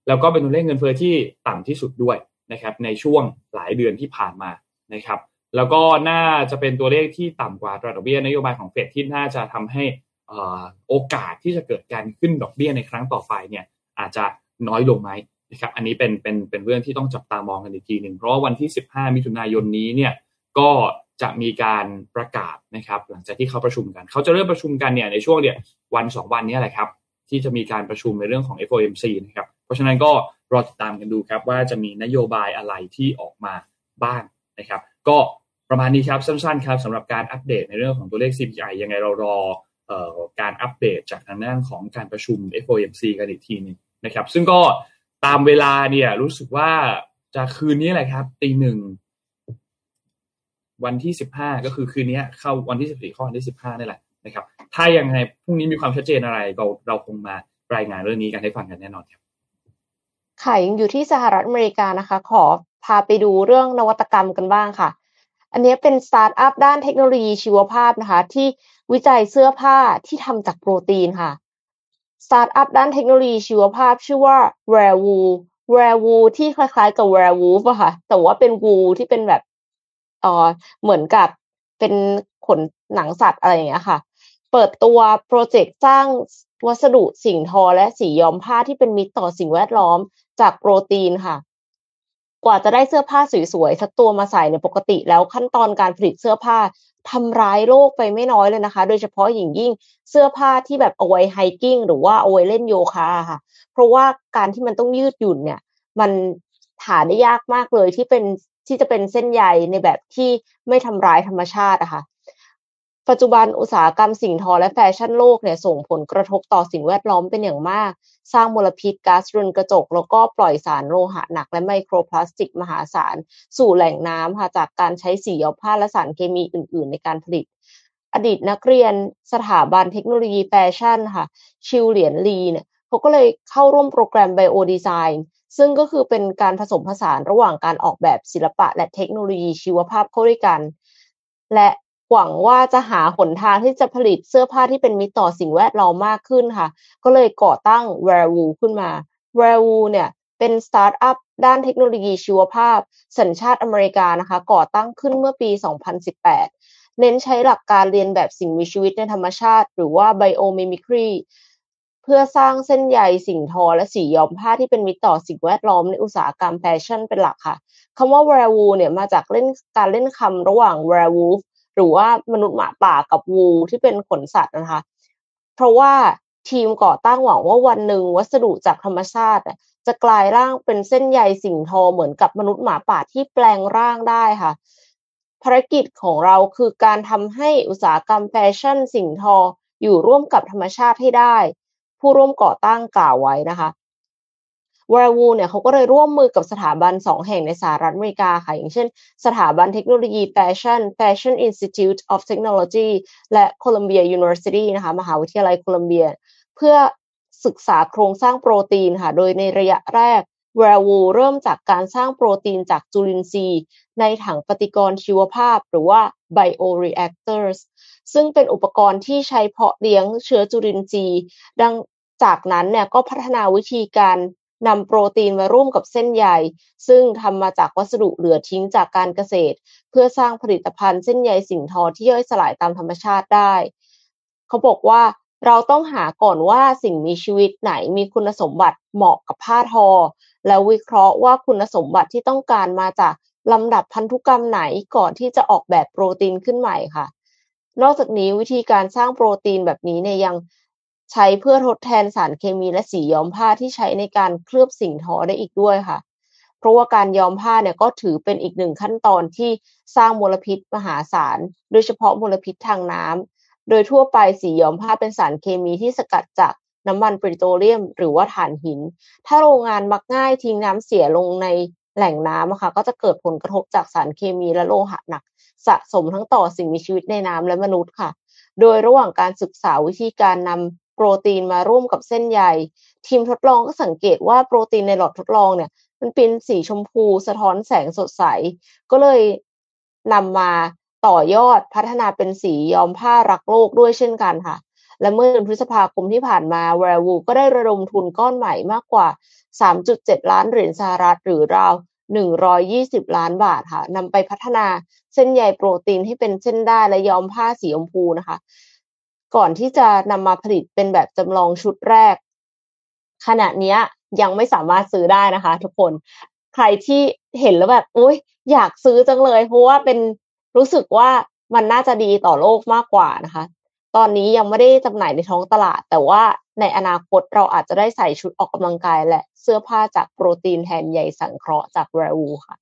แล้วก็เป็นตัวเลขเงินเฟ้อที่ต่ำที่สุดด้วยนะครับในช่วงหลายเดือนที่ผ่านมานะครับแล้วก็น่าจะเป็นตัวเลขที่ต่ำกว่าดอกเบี้ยนโยบายของเฟดที่น่าจะทำให้โอกาสที่จะเกิดการขึ้นดอกเบี้ยในครั้งต่อไปเนี่ยอาจจะน้อยลงไหมนะครับอันนี้เป็นเป็นเป็นเรื่องที่ต้องจับตามองกันอีกทีนึงเพราะว่าวันที่สิบห้ามิถุนายนนี้เนี่ยก็จะมีการประกาศนะครับหลังจากที่เขาประชุมกันเขาจะเริ่มประชุมกันเนี่ยในช่วงเนี่ยวันสองวันนี้แหละครับที่จะมีการประชุมในเรื่องของ เอฟ โอ เอ็ม ซี นะครับเพราะฉะนั้นก็รอติดตามกันดูครับว่าจะมีนโยบายอะไรที่ออกมาบ้างนะครับก็ประมาณนี้ครับสั้นๆครับสำหรับการอัปเดตในเรื่องของตัวเลข ซี พี ไอ ยังไงเรารอเอ่อการอัปเดตจากทางด้านของการประชุม เอฟ โอ เอ็ม ซี กันอีกทีนึงนะครับซึ่งก็ตามเวลาเนี่ยรู้สึกว่าจะคืนนี้แหละครับตีหนึ่งวันที่สิบห้าก็คือคืนนี้เข้าวันที่สิบสี่เข้าวันที่สิบห้านี่แหละนะครับถ้ายังไงพรุ่งนี้มีความชัดเจนอะไรเราเราคงมารายงานเรื่องนี้กันให้ฟังกันแน่นอนครับค่ะยังอยู่ที่สหรัฐอเมริกานะคะขอพาไปดูเรื่องนวัตกรรมกันบ้างค่ะอันนี้เป็นสตาร์ทอัพด้านเทคโนโลยีชีวภาพนะคะที่วิจัยเสื้อผ้าที่ทำจากโปรตีนค่ะสตาร์ทอัพด้านเทคโนโลยีชีวภาพชื่อว่า Wearwool Wearwool ที่คล้ายๆกับ Werewolf อะค่ะแต่ว่าเป็น wool ที่เป็นแบบเอ่อเหมือนกับเป็นขนหนังสัตว์อะไรอย่างเงี้ยค่ะเปิดตัวโปรเจกต์สร้างวัสดุสิ่งทอและสีย้อมผ้าที่เป็นมิตรต่อสิ่งแวดล้อมจากโปรตีนค่ะกว่าจะได้เสื้อผ้าสวยๆสักตัวมาใส่ในปกติแล้วขั้นตอนการผลิตเสื้อผ้าทำร้ายโลกไปไม่น้อยเลยนะคะโดยเฉพาะอย่างยิ่งเสื้อผ้าที่แบบเอาไว้ไฮกิ้งหรือว่าเอาไว้เล่นโยคะค่ะเพราะว่าการที่มันต้องยืดหยุ่นเนี่ยมันหาได้ยากมากเลยที่เป็นที่จะเป็นเส้นใยในแบบที่ไม่ทำร้ายธรรมชาติอะค่ะปัจจุบันอุตสาหกรรมสิ่งทอและแฟชั่นโลกเนี่ยส่งผลกระทบต่อสิ่งแวดล้อมเป็นอย่างมากสร้างมลพิษก๊าซเรือนกระจกแล้วก็ปล่อยสารโลหะหนักและไมโครพลาสติกมหาศาลสู่แหล่งน้ำค่ะจากการใช้สีย้อมผ้าและสารเคมีอื่นๆในการผลิตอดีตนักเรียนสถาบันเทคโนโลยีแฟชั่นค่ะชิวเหลียนลีเนี่ยเขาก็เลยเข้าร่วมโปรแกรมไบโอดีไซน์ซึ่งก็คือเป็นการผสมผสานระหว่างการออกแบบศิลปะและเทคโนโลยีชีวภาพเข้าด้วยกันและหวังว่าจะหาหนทางที่จะผลิตเสื้อผ้าที่เป็นมิตรต่อสิ่งแวดล้อมมากขึ้นค่ะก็เลยก่อตั้ง Wearwool ขึ้นมา Wearwool เนี่ยเป็นสตาร์ทอัพด้านเทคโนโลยีชีวภาพสัญชาติอเมริกานะคะก่อตั้งขึ้นเมื่อปีสองพันสิบแปดเน้นใช้หลักการเรียนแบบสิ่งมีชีวิตในธรรมชาติหรือว่า Biomimicry เพื่อสร้างเส้นใยสิ่งทอและสีย้อมผ้าที่เป็นมิตรต่อสิ่งแวดล้อมในอุตสาหกรรมแฟชั่นเป็นหลักค่ะคำว่า Wearwool เนี่ยมาจากเล่นการเล่นคำระหว่าง Werewolfหรือว่ามนุษย์หมาป่ากับวูลที่เป็นขนสัตว์นะคะเพราะว่าทีมก่อตั้งหวังว่าวันหนึ่งวัสดุจากธรรมชาติจะกลายร่างเป็นเส้นใยสิ่งทอเหมือนกับมนุษย์หมาป่าที่แปลงร่างได้ค่ะภารกิจของเราคือการทำให้อุตสาหกรรมแฟชั่นสิ่งทออยู่ร่วมกับธรรมชาติให้ได้ผู้ร่วมก่อตั้งกล่าวไว้นะคะWearwool เนี่ยเขาก็เลยร่วมมือกับสถาบันสองแห่งในสหรัฐอเมริกาค่ะอย่างเช่นสถาบันเทคโนโลยีแฟชั่น Fashion Institute of Technology และ Columbia University นะคะมหาวิทยาลัยโคลัมเบียเพื่อศึกษาโครงสร้างโปรตีนค่ะโดยในระยะแรก Wearwool เริ่มจากการสร้างโปรตีนจากจุลินทรีย์ในถังปฏิกรณ์ชีวภาพหรือว่า bioreactors ซึ่งเป็นอุปกรณ์ที่ใช้เพาะเลี้ยงเชื้อจุลินทรีย์ดังจากนั้นเนี่ยก็พัฒนาวิธีการนำโปรตีนมาร่วมกับเส้นใยซึ่งทำมาจากวัสดุเหลือทิ้งจากการเกษตรเพื่อสร้างผลิตภัณฑ์เส้นใยสิ่งทอที่ย่อยสลายตามธรรมชาติได้เขาบอกว่าเราต้องหาก่อนว่าสิ่งมีชีวิตไหนมีคุณสมบัติเหมาะกับผ้าทอแล้ววิเคราะห์ว่าคุณสมบัติที่ต้องการมาจากลำดับพันธุกรรมไหนก่อนที่จะออกแบบโปรตีนขึ้นใหม่ค่ะนอกจากนี้วิธีการสร้างโปรตีนแบบนี้เนี่ยยังใช้เพื่อทดแทนสารเคมีและสีย้อมผ้าที่ใช้ในการเคลือบสิ่งทอได้อีกด้วยค่ะเพราะว่าการย้อมผ้าเนี่ยก็ถือเป็นอีกหนึ่งขั้นตอนที่สร้างมลพิษมหาศาลโดยเฉพาะมลพิษทางน้ำโดยทั่วไปสีย้อมผ้าเป็นสารเคมีที่สกัดจากน้ำมันปิโตรเลียมหรือว่าถ่านหินถ้าโรงงานมักง่ายทิ้งน้ำเสียลงในแหล่งน้ำค่ะก็จะเกิดผลกระทบจากสารเคมีและโลหะหนักสะสมทั้งต่อสิ่งมีชีวิตในน้ำและมนุษย์ค่ะโดยระหว่างการศึกษาวิธีการนำโปรตีนมาร่วมกับเส้นใยทีมทดลองก็สังเกตว่าโปรตีนในหลอดทดลองเนี่ยมันเป็นสีชมพูสะท้อนแสงสดใสก็เลยนำมาต่อยอดพัฒนาเป็นสีย้อมผ้ารักโลกด้วยเช่นกันค่ะและเมื่อเดือนพฤษภาคมที่ผ่านมา Wearwool ก็ได้ระดมทุนก้อนใหม่มากกว่าสามจุดเจ็ด ล้านเหรียญสหรัฐหรือราวหนึ่งร้อยยี่สิบล้านบาทค่ะนำไปพัฒนาเส้นใยโปรตีนให้เป็นเส้นด้ายและย้อมผ้าสีชมพูนะคะก่อนที่จะนำมาผลิตเป็นแบบจำลองชุดแรกขณะนี้ยังไม่สามารถซื้อได้นะคะทุกคนใครที่เห็นแล้วแบบโอ๊ยอยากซื้อจังเลยเพราะว่าเป็นรู้สึกว่ามันน่าจะดีต่อโลกมากกว่านะคะตอนนี้ยังไม่ได้จำหน่ายในท้องตลาดแต่ว่าในอนาคตเราอาจจะได้ใส่ชุดออกกำลังกายและเสื้อผ้าจากโปรตีนแทนใยสังเคราะห์จากแวร์วูค่ะ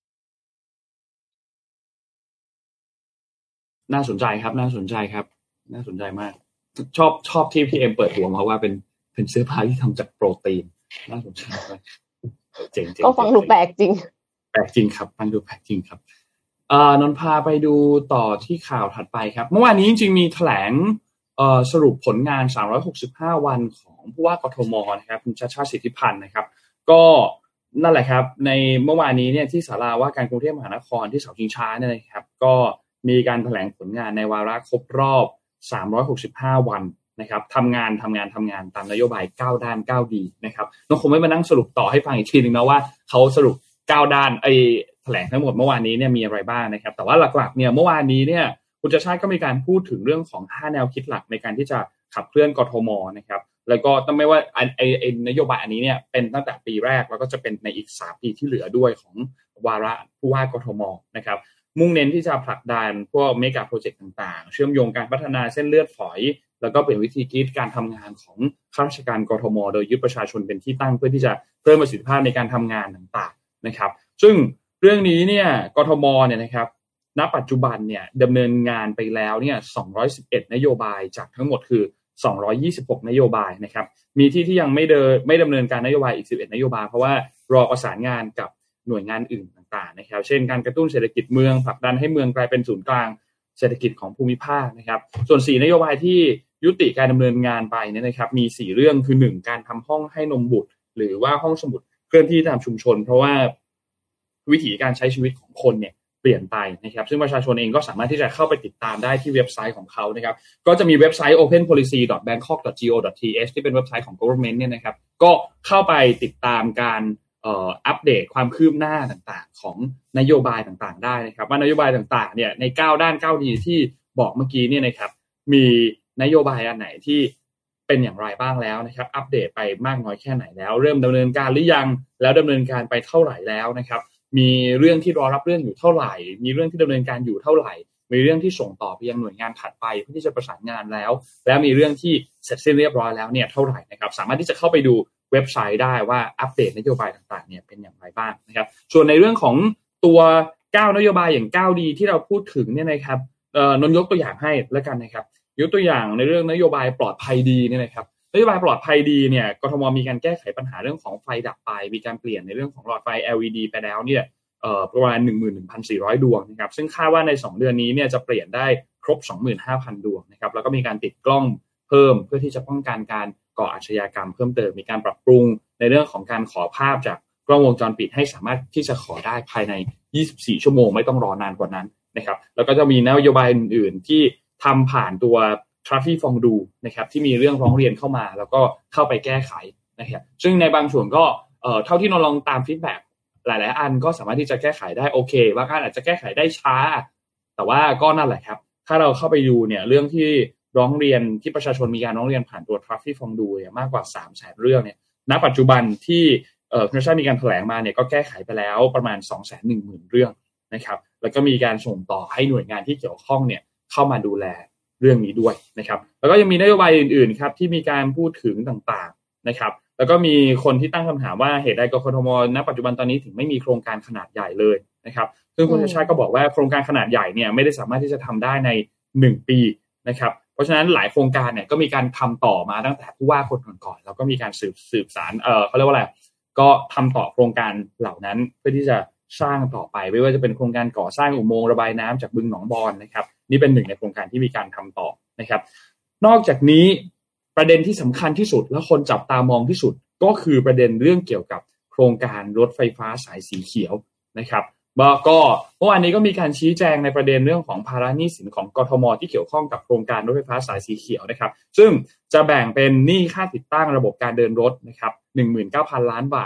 น่าสนใจครับน่าสนใจครับน่าสนใจมากชอบชอบที่พี่เอ็มเปิดหัวมาว่าเป็นเป็นเสื้อผ้าที่ทำจากโปรตีนน่าสนใจมากเจ๋งๆก็ฟังดูแปลกจริงแปลกจริงครับฟังดูแปลกจริงครับเอ่อนนท์พาไปดูต่อที่ข่าวถัดไปครับเมื่อวานนี้จริงๆมีแถลงเอ่อสรุปผลงานสามร้อยหกสิบห้าวันของผู้ว่ากทมนะครับคุณชาติชาติสิทธิพันธ์นะครับก็นั่นแหละครับในเมื่อวานนี้เนี่ยที่ศาลาว่าการกรุงเทพมหานครที่เสาชิงช้าเนี่ยนะครับก็มีการแถลงผลงานในวาระครบรอบสามร้อยหกสิบห้าวันนะครับทำงานทำงานทำงานตามนโยบายเก้าด้านเก้าดีนะครับน้องคงไม่มานั่งสรุปต่อให้ฟังอีกทีนึงนะว่าเขาสรุปเก้าด้านไอ้แถลงทั้งหมดเมื่อวานนี้เนี่ยมีอะไรบ้างนะครับแต่ว่าหลักๆเนี่ยเมื่อวานนี้เนี่ยคุณชาติชาติก็มีการพูดถึงเรื่องของห้าแนวคิดหลักในการที่จะขับเคลื่อนกทมนะครับแล้วก็ต้องไม่ว่าไอ้ไอ้นโยบายอันนี้เนี่ยเป็นตั้งแต่ปีแรกแล้วก็จะเป็นในอีกสามปีที่เหลือด้วยของวาระผู้ว่ากทมนะครับมุ่งเน้นที่จะผลักดันพวกเมกะโปรเจกต์ต่างๆเชื่อมโยงการพัฒนาเส้นเลือดฝอยแล้วก็เปลี่ยนวิธีคิดการทำงานของข้าราชการกทมโดยยึดประชาชนเป็นที่ตั้งเพื่อที่จะเพิ่มประสิทธิภาพในการทำงานต่างๆนะครับซึ่งเรื่องนี้เนี่ยกทมเนี่ยนะครับณปัจจุบันเนี่ยดำเนินงานไปแล้วเนี่ยสองร้อยสิบเอ็ดนโยบายจากทั้งหมดคือสองร้อยยี่สิบหกนโยบายนะครับมีที่ที่ยังไม่เดินไม่ดำเนินการนโยบายอีกสิบเอ็ดนโยบายเพราะว่ารอประสานงานกับหน่วยงานอื่นต่างๆนะครับเช่นการกระตุ้นเศรษฐกิจเมืองผลักดันให้เมืองกลายเป็นศูนย์กลางเศรษฐกิจของภูมิภาคนะครับส่วนสี่นโยบายที่ยุติการดำเนินงานไปเนี่ยนะครับมีสี่เรื่องคือหนึ่งการทำห้องให้นมบุตรหรือว่าห้องสมุดเคลื่อนที่ตามชุมชนเพราะว่าวิถีการใช้ชีวิตของคนเนี่ยเปลี่ยนไปนะครับซึ่งประชาชนเองก็สามารถที่จะเข้าไปติดตามได้ที่เว็บไซต์ของเขานะครับก็จะมีเว็บไซต์ โอเพนโพลิซี ดอท แบงคอก ดอท จี โอ ดอท ที เอช ที่เป็นเว็บไซต์ของ government เนี่ยนะครับก็เข้าไปติดตามการเอ่ออัปเดตความคืบหน้าต่างๆของนโยบายต่างๆได้นะครับว่านโยบายต่างๆเนี่ยในเก้าด้านเก้าดีที่บอกเมื่อกี้เนี่ยนะครับมีนโยบายอันไหนที่เป็นอย่างไรบ้างแล้วนะครับอัปเดตไปมากน้อยแค่ไหนแล้วเริ่มดำเนินการหรือยังแล้วดำเนินการไปเท่าไหร่แล้วนะครับมีเรื่องที่รอรับเรื่องอยู่เท่าไหร่มีเรื่องที่ดำเนินการอยู่เท่าไหร่มีเรื่องที่ส่งต่อไปยังหน่วยงานถัดไปเพื่อที่จะประสานงานแล้วแล้วมีเรื่องที่เสร็จสิ้นเรียบร้อยแล้วเนี่ยเท่าไหร่นะครับสามารถที่จะเข้าไปดูเว็บไซต์ได้ว่าอัปเดตนโยบายต่างๆเนี่ยเป็นอย่างไรบ้างนะครับส่วนในเรื่องของตัวเก้านโยบายอย่างเก้าดีที่เราพูดถึงเนี่ยนะครับเอ่อนนยกตัวอย่างให้แล้วกันนะครับยกตัวอย่างในเรื่องนโยบายปลอดภัยดีเนี่ยนะครับนโยบายปลอดภัยดีเนี่ยกทมมีการแก้ไขปัญหาเรื่องของไฟดับไปมีการเปลี่ยนในเรื่องของหลอดไฟ แอล อี ดี ไปแล้วเนี่ยเอ่อประมาณ หนึ่งหมื่นหนึ่งพันสี่ร้อย ดวงนะครับซึ่งคาดว่าในสองเดือนนี้เนี่ยจะเปลี่ยนได้ครบ สองหมื่นห้าพัน ดวงนะครับแล้วก็มีการติดกล้องเพิ่มเพื่อที่จะป้องกันการก่ออาชญากรรมเพิ่มเติมมีการปรับปรุงในเรื่องของการขอภาพจากกล้องวงจรปิดให้สามารถที่จะขอได้ภายในยี่สิบสี่ชั่วโมงไม่ต้องรอนานกว่านั้นนะครับแล้วก็จะมีนโยบายอื่นๆที่ทำผ่านตัว Traffic Fondue นะครับที่มีเรื่องร้องเรียนเข้ามาแล้วก็เข้าไปแก้ไขนะครับซึ่งในบางส่วนก็เอ่อเท่าที่นนลองตามฟีดแบ็กหลายๆอันก็สามารถที่จะแก้ไขได้โอเคบางอันอาจจะแก้ไขได้ช้าแต่ว่าก็นั่นแหละครับถ้าเราเข้าไปดูเนี่ยเรื่องที่ร้องเรียนที่ประชาชนมีการร้องเรียนผ่านตัว Traffic Fondue เนี่ยมากกว่า สามแสน เรื่องเนี่ยณปัจจุบันที่เอ่อคุณชาติมีการแถลงมาเนี่ยก็แก้ไขไปแล้วประมาณ สองแสนหนึ่งหมื่น เรื่องนะครับแล้วก็มีการส่งต่อให้หน่วยงานที่เกี่ยวข้องเนี่ยเข้ามาดูแลเรื่องนี้ด้วยนะครับแล้วก็ยังมีนโยบายอื่นๆครับที่มีการพูดถึงต่างๆนะครับแล้วก็มีคนที่ตั้งคำถามว่าเหตุใดกทม.ณปัจจุบันตอนนี้ถึงไม่มีโครงการขนาดใหญ่เลยนะครับซึ่งคุณชาติก็บอกว่าโครงการขนาดใหญ่เนี่ยไม่ได้สามารถที่จะทำได้ในหนึ่งปีนะครับเพราะฉะนั้นหลายโครงการเนี่ยก็มีการทำต่อมาตั้งแต่ผู้ว่าคนก่อนๆแล้วก็มีการสืบสืบสารเอ่อเขาเรียกว่าอะไรก็ทำต่อโครงการเหล่านั้นเพื่อที่จะสร้างต่อไปไม่ว่าจะเป็นโครงการก่อสร้างอุโมงค์ระบายน้ำจากบึงหนองบอนนะครับนี่เป็นหนึ่งในโครงการที่มีการทำต่อนะครับนอกจากนี้ประเด็นที่สำคัญที่สุดและคนจับตามองที่สุดก็คือประเด็นเรื่องเกี่ยวกับโครงการรถไฟฟ้าสายสีเขียวนะครับก็เมื่อวานนี้ก็มีการชี้แจงในประเด็นเรื่องของภาระหนี้สินของกทม.ที่เกี่ยวข้องกับโครงการรถไฟฟ้าสายสีเขียวนะครับซึ่งจะแบ่งเป็นหนี้ค่าติดตั้งระบบการเดินรถนะครับ หนึ่งหมื่นเก้าพัน ล้านบาท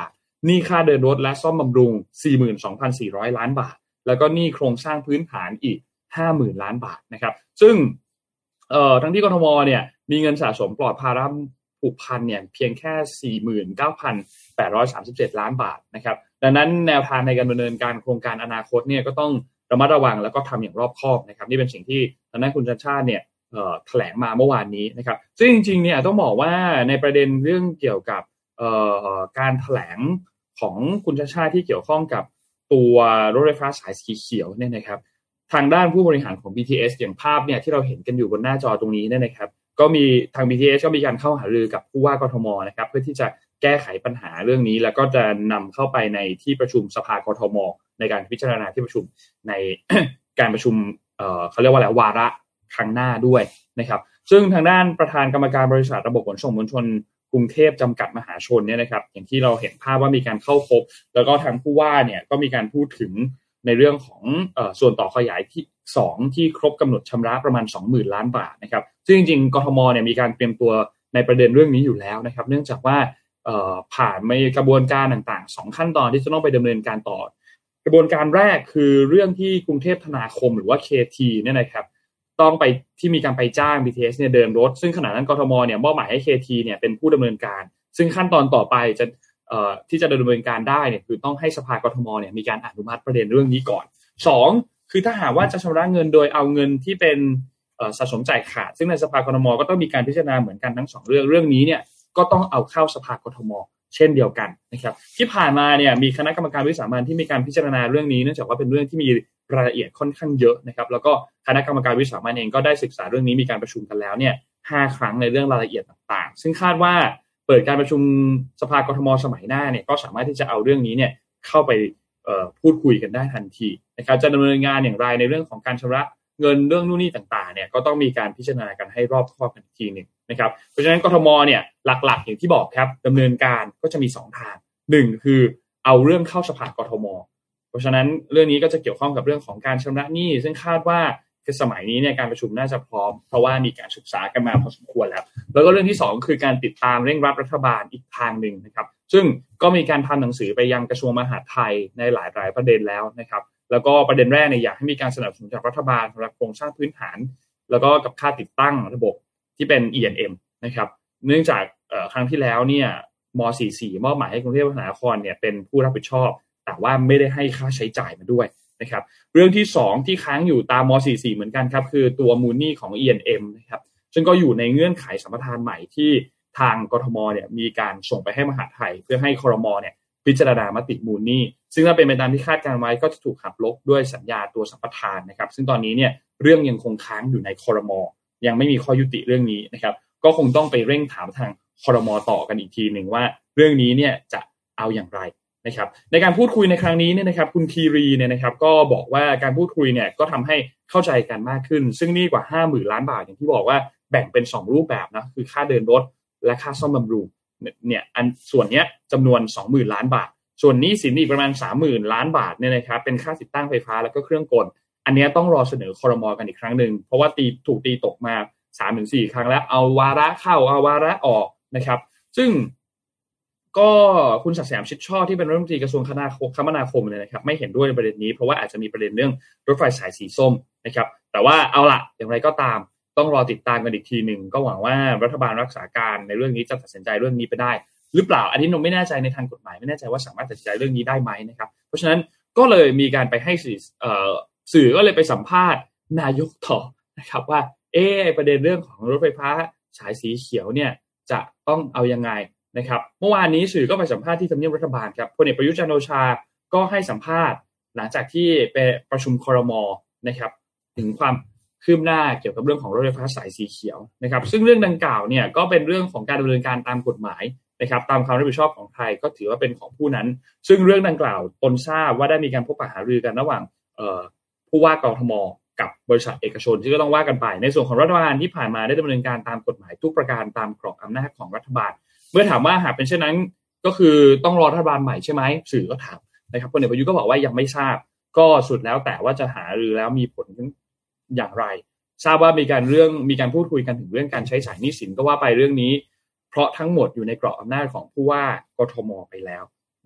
หนี้ค่าเดินรถและซ่อมบำรุง สี่หมื่นสองพันสี่ร้อย ล้านบาทแล้วก็หนี้โครงสร้างพื้นฐานอีก ห้าหมื่น ล้านบาทนะครับซึ่งเอ่อทั้งที่กทมเนี่ยมีเงินสะสมปลอดภาระผูกพันเนี่ยเพียงแค่ สี่หมื่นเก้าพันแปดร้อยสามสิบเจ็ด ล้านบาทนะครับดังนั้นแนวทางในการดำเนินการโครงการอนาคตเนี่ยก็ต้องระมัดระวังแล้วก็ทำอย่างรอบคอบนะครับนี่เป็นสิ่งที่ทางด้านคุณชัชชาติเนี่ยเอ่อแถลงมาเมื่อวานนี้นะครับซึ่งจริงๆเนี่ยต้องบอกว่าในประเด็นเรื่องเกี่ยวกับเอ่อการแถลงของคุณชัชชาติที่เกี่ยวข้องกับตัวรถไฟฟ้าสายสีเขียวเนี่ยนะครับทางด้านผู้บริหารของ บี ที เอส อย่างภาพเนี่ยที่เราเห็นกันอยู่บนหน้าจอตรงนี้เนี่ยนะครับก็มีทาง บี ที เอส ก็มีการเข้าหารือกับผู้ว่ากทมนะครับเพื่อที่จะแก้ไขปัญหาเรื่องนี้แล้วก็จะนำเข้าไปในที่ประชุมสภากทมในการพิจารณาที่ประชุมใน การประชุมเอ่อเขาเรียกว่าอะไรวาระครั้งหน้าด้วยนะครับซึ่งทางด้านประธานกรรมการบริษัทระบบขนส่งมวลชนกรุงเทพจำกัดมหาชนเนี่ยนะครับอย่างที่เราเห็นภาพว่ามีการเข้าพบแล้วก็ทางผู้ว่าเนี่ยก็มีการพูดถึงในเรื่องของเอ่อส่วนต่อขยายที่สองที่ครบกำหนดชำระประมาณ สองหมื่น ล้านบาทนะครับซึ่งจริงๆกทมเนี่ยมีการเตรียมตัวในประเด็นเรื่องนี้อยู่แล้วนะครับเนื่องจากว่าเอ่อผ่านมีกระบวนการต่างๆสองขั้นตอนที่จะต้องไปดำเนินการต่อกระบวนการแรกคือเรื่องที่กรุงเทพธนาคมหรือว่า เค ที เนี่ยนะครับต้องไปที่มีการไปจ้าง บี ที เอส เนี่ยเดินรถซึ่งขณะนั้นกทมเนี่ยมอบหมายให้ เค ที เนี่ยเป็นผู้ดำเนินการซึ่งขั้นตอนต่อไปจะเอ่อที่จะดำเนินการได้เนี่ยคือต้องให้สภากทมเนี่ยมีการอนุมัติประเด็นเรื่องนี้ก่อนสองคือถ้าหากว่าจะชำระเงินโดยเอาเงินที่เป็นเอ่อสะสมจ่ายขาดซึ่งในสภากทมก็ต้องมีการพิจารณาเหมือนกันทั้งสองเรื่องเรื่องนี้เนี่ยก็ต้องเอาเข้าสภากทมเช่นเดียวกันนะครับที่ผ่านมาเนี่ยมีคณะกรรมการวิสามัญที่มีการพิจารณาเรื่องนี้เนื่องจากว่าเป็นเรื่องที่มีรายละเอียดค่อนข้างเยอะนะครับแล้วก็คณะกรรมการวิสามัญเองก็ได้ศึกษาเรื่องนี้มีการประชุมกันแล้วเนี่ยห้าครั้งในเรื่องรายละเอียดต่างๆซึ่งคาดว่าเปิดการประชุมสภากทมสมัยหน้าเนี่ยก็สามารถที่จะเอาเรื่องนี้เนี่ยเข้าไปเอ่อพูดคุยกันได้ทันทีนะครับจะดำเนินงานอย่างไรในเรื่องของการชำระเงินเรื่องนู่นนี่ต่างๆเนี่ยก็ต้องมีการพิจารณากันให้รอบคอบกันอีกทีนึงนะครับเพราะฉะนั้นกทมเนี่ยหลักๆอย่างที่บอกครับดำเนินการก็จะมีสองทางหนึ่งคือเอาเรื่องเข้าสภากทมเพราะฉะนั้นเรื่องนี้ก็จะเกี่ยวข้องกับเรื่องของการชำระหนี้ซึ่งคาดว่าสมัยนี้เนี่ยการประชุมน่าจะพร้อมเพราะว่ามีการศึกษากันมาพอสมควรแล้วแล้วก็เรื่องที่สองคือการติดตามเร่งรัดรัฐบาลอีกทางนึงนะครับซึ่งก็มีการทำหนังสือไปยังกระทรวงมหาดไทยในหลายรายประเด็นแล้วนะครับแล้วก็ประเด็นแรกเนี่ยอยากให้มีการสนับสนุนจากรัฐบาลสำหรับโครงสร้างพื้นฐานแล้วก็กับค่าติดตั้งระบบที่เป็น อี เอ็น เอ็ม นะครับเนื่องจากครั้งที่แล้วเนี่ยม.สี่สิบสี่มอบหมายให้กรุงเทพมหานครเนี่ยเป็นผู้รับผิดชอบแต่ว่าไม่ได้ให้ค่าใช้จ่ายมาด้วยนะครับเรื่องที่สองที่ค้างอยู่ตามม.สี่สิบสี่เหมือนกันครับคือตัวมูลหนี้ของ อี เอ็น เอ็ม นะครับซึ่งก็อยู่ในเงื่อนไขสัมปทานใหม่ที่ทางกทมเนี่ยมีการส่งไปให้มหาดไทยเพื่อให้ครมเนี่ยพิจารณามติมูลหนี้ซึ่งถ้าเป็นไปตามที่คาดการไว้ก็จะถูกหักลบด้วยสัญญาตัวสัมปทานนะครับซึ่งตอนนี้เนี่ยเรื่องยังคงค้างอยู่ในครมยังไม่มีข้อยุติเรื่องนี้นะครับก็คงต้องไปเร่งถามทางครมต่อกันอีกทีหนึ่งว่าเรื่องนี้เนี่ยจะเอาอย่างไรนะครับในการพูดคุยในครั้งนี้เนี่ยนะครับคุณคีรีเนี่ยนะครับก็บอกว่าการพูดคุยเนี่ยก็ทำให้เข้าใจกันมากขึ้นซึ่งนี่กว่า ห้าหมื่น ล้านบาทอย่างที่บอกว่าแบ่งเป็นสองรูปแบบนะคือค่าเดินรถและค่าซ่อมบำรุงเนี่ยอันส่วนเนี้ยจำนวน สองหมื่น ล้านบาทส่วนหนี้สินอีกประมาณ สามหมื่น ล้านบาทเนี่ยนะครับเป็นค่าติดตั้งไฟฟ้าแล้วก็เครื่องกลอันนี้ต้องรอเสนอครมกันอีกครั้งนึงเพราะว่าตีถูกตีตกมา สามถึงสี่ ครั้งแล้วเอาวาระเข้าเอาวาระออกนะครับซึ่งก็คุณศักดิ์สยามชิดชอบที่เป็นรัฐมนตรีกระทรวงคมนาคมเนี่ยนะครับไม่เห็นด้วยในประเด็นนี้เพราะว่าอาจจะมีประเด็นเรื่องรถไฟสายสีส้มนะครับแต่ว่าเอาล่ะอย่างไรก็ตามต้องรอติดตามกันอีกทีนึงก็หวังว่ารัฐบาลรักษาการในเรื่องนี้จะตัดสินใจเรื่องนี้ไปได้หรือเปล่าอันนี้นมไม่แน่ใจในทางกฎหมายไม่แน่ใจว่าสามารถตัดสินใจเรื่องนี้ได้ไหมนะครับเพราะฉะนั้นก็เลยมีการไปให้สื่อเอ่อสื่อก็เลยไปสัมภาษณ์นายกต่อนะครับว่าเออประเด็นเรื่องของรถไฟฟ้าสายสีเขียวเนี่ยจะต้องเอายังไงนะครับเมื่อวานนี้สื่อก็ไปสัมภาษณ์ที่ทำเนียบรัฐบาลครับพลเอกประยุทธ์จันทร์โอชาก็ให้สัมภาษณ์หลังจากที่ไปประชุมครม.นะครับถึงความคืบหน้าเกี่ยวกับเรื่องของรถไฟฟ้าสายสีเขียวนะครับซึ่งเรื่องดังกล่าวเนี่ยก็เป็นเรื่องของการดำเนินการตามกฎหมายนะครับตามความรับผิดชอบของใครก็ถือว่าเป็นของผู้นั้นซึ่งเรื่องดังกล่าวตนทราบว่าได้มีการพบปะหารือกันระหว่างเอ่อผู้ว่ากทม.กับบริษัทเอกชนที่ก็ต้องว่ากันไปในส่วนของรัฐบาลที่ผ่านมาได้ดำเนินการตามกฎหมายทุกประการตามกรอบอำนาจของรัฐบาลเมื่อถามว่าหากเป็นเช่นนั้นก็คือต้องรอรัฐบาลใหม่ใช่ไหมสื่อก็ถามนะครับพลเอกประยุทธ์ก็บอกว่ายังไม่ทราบก็สุดแล้วแต่ว่าจะหารือแล้วมีผลอย่างไรทราบว่ามีการเรื่องมีการพูดคุยกันถึงเรื่องการใช้จ่ายหนี้สินก็ว่าไปเรื่องนี้เพราะทั้งหมดอยู่ในกรอบอำนาจของผู้ว่ากทม.ไปแล้วนะครับ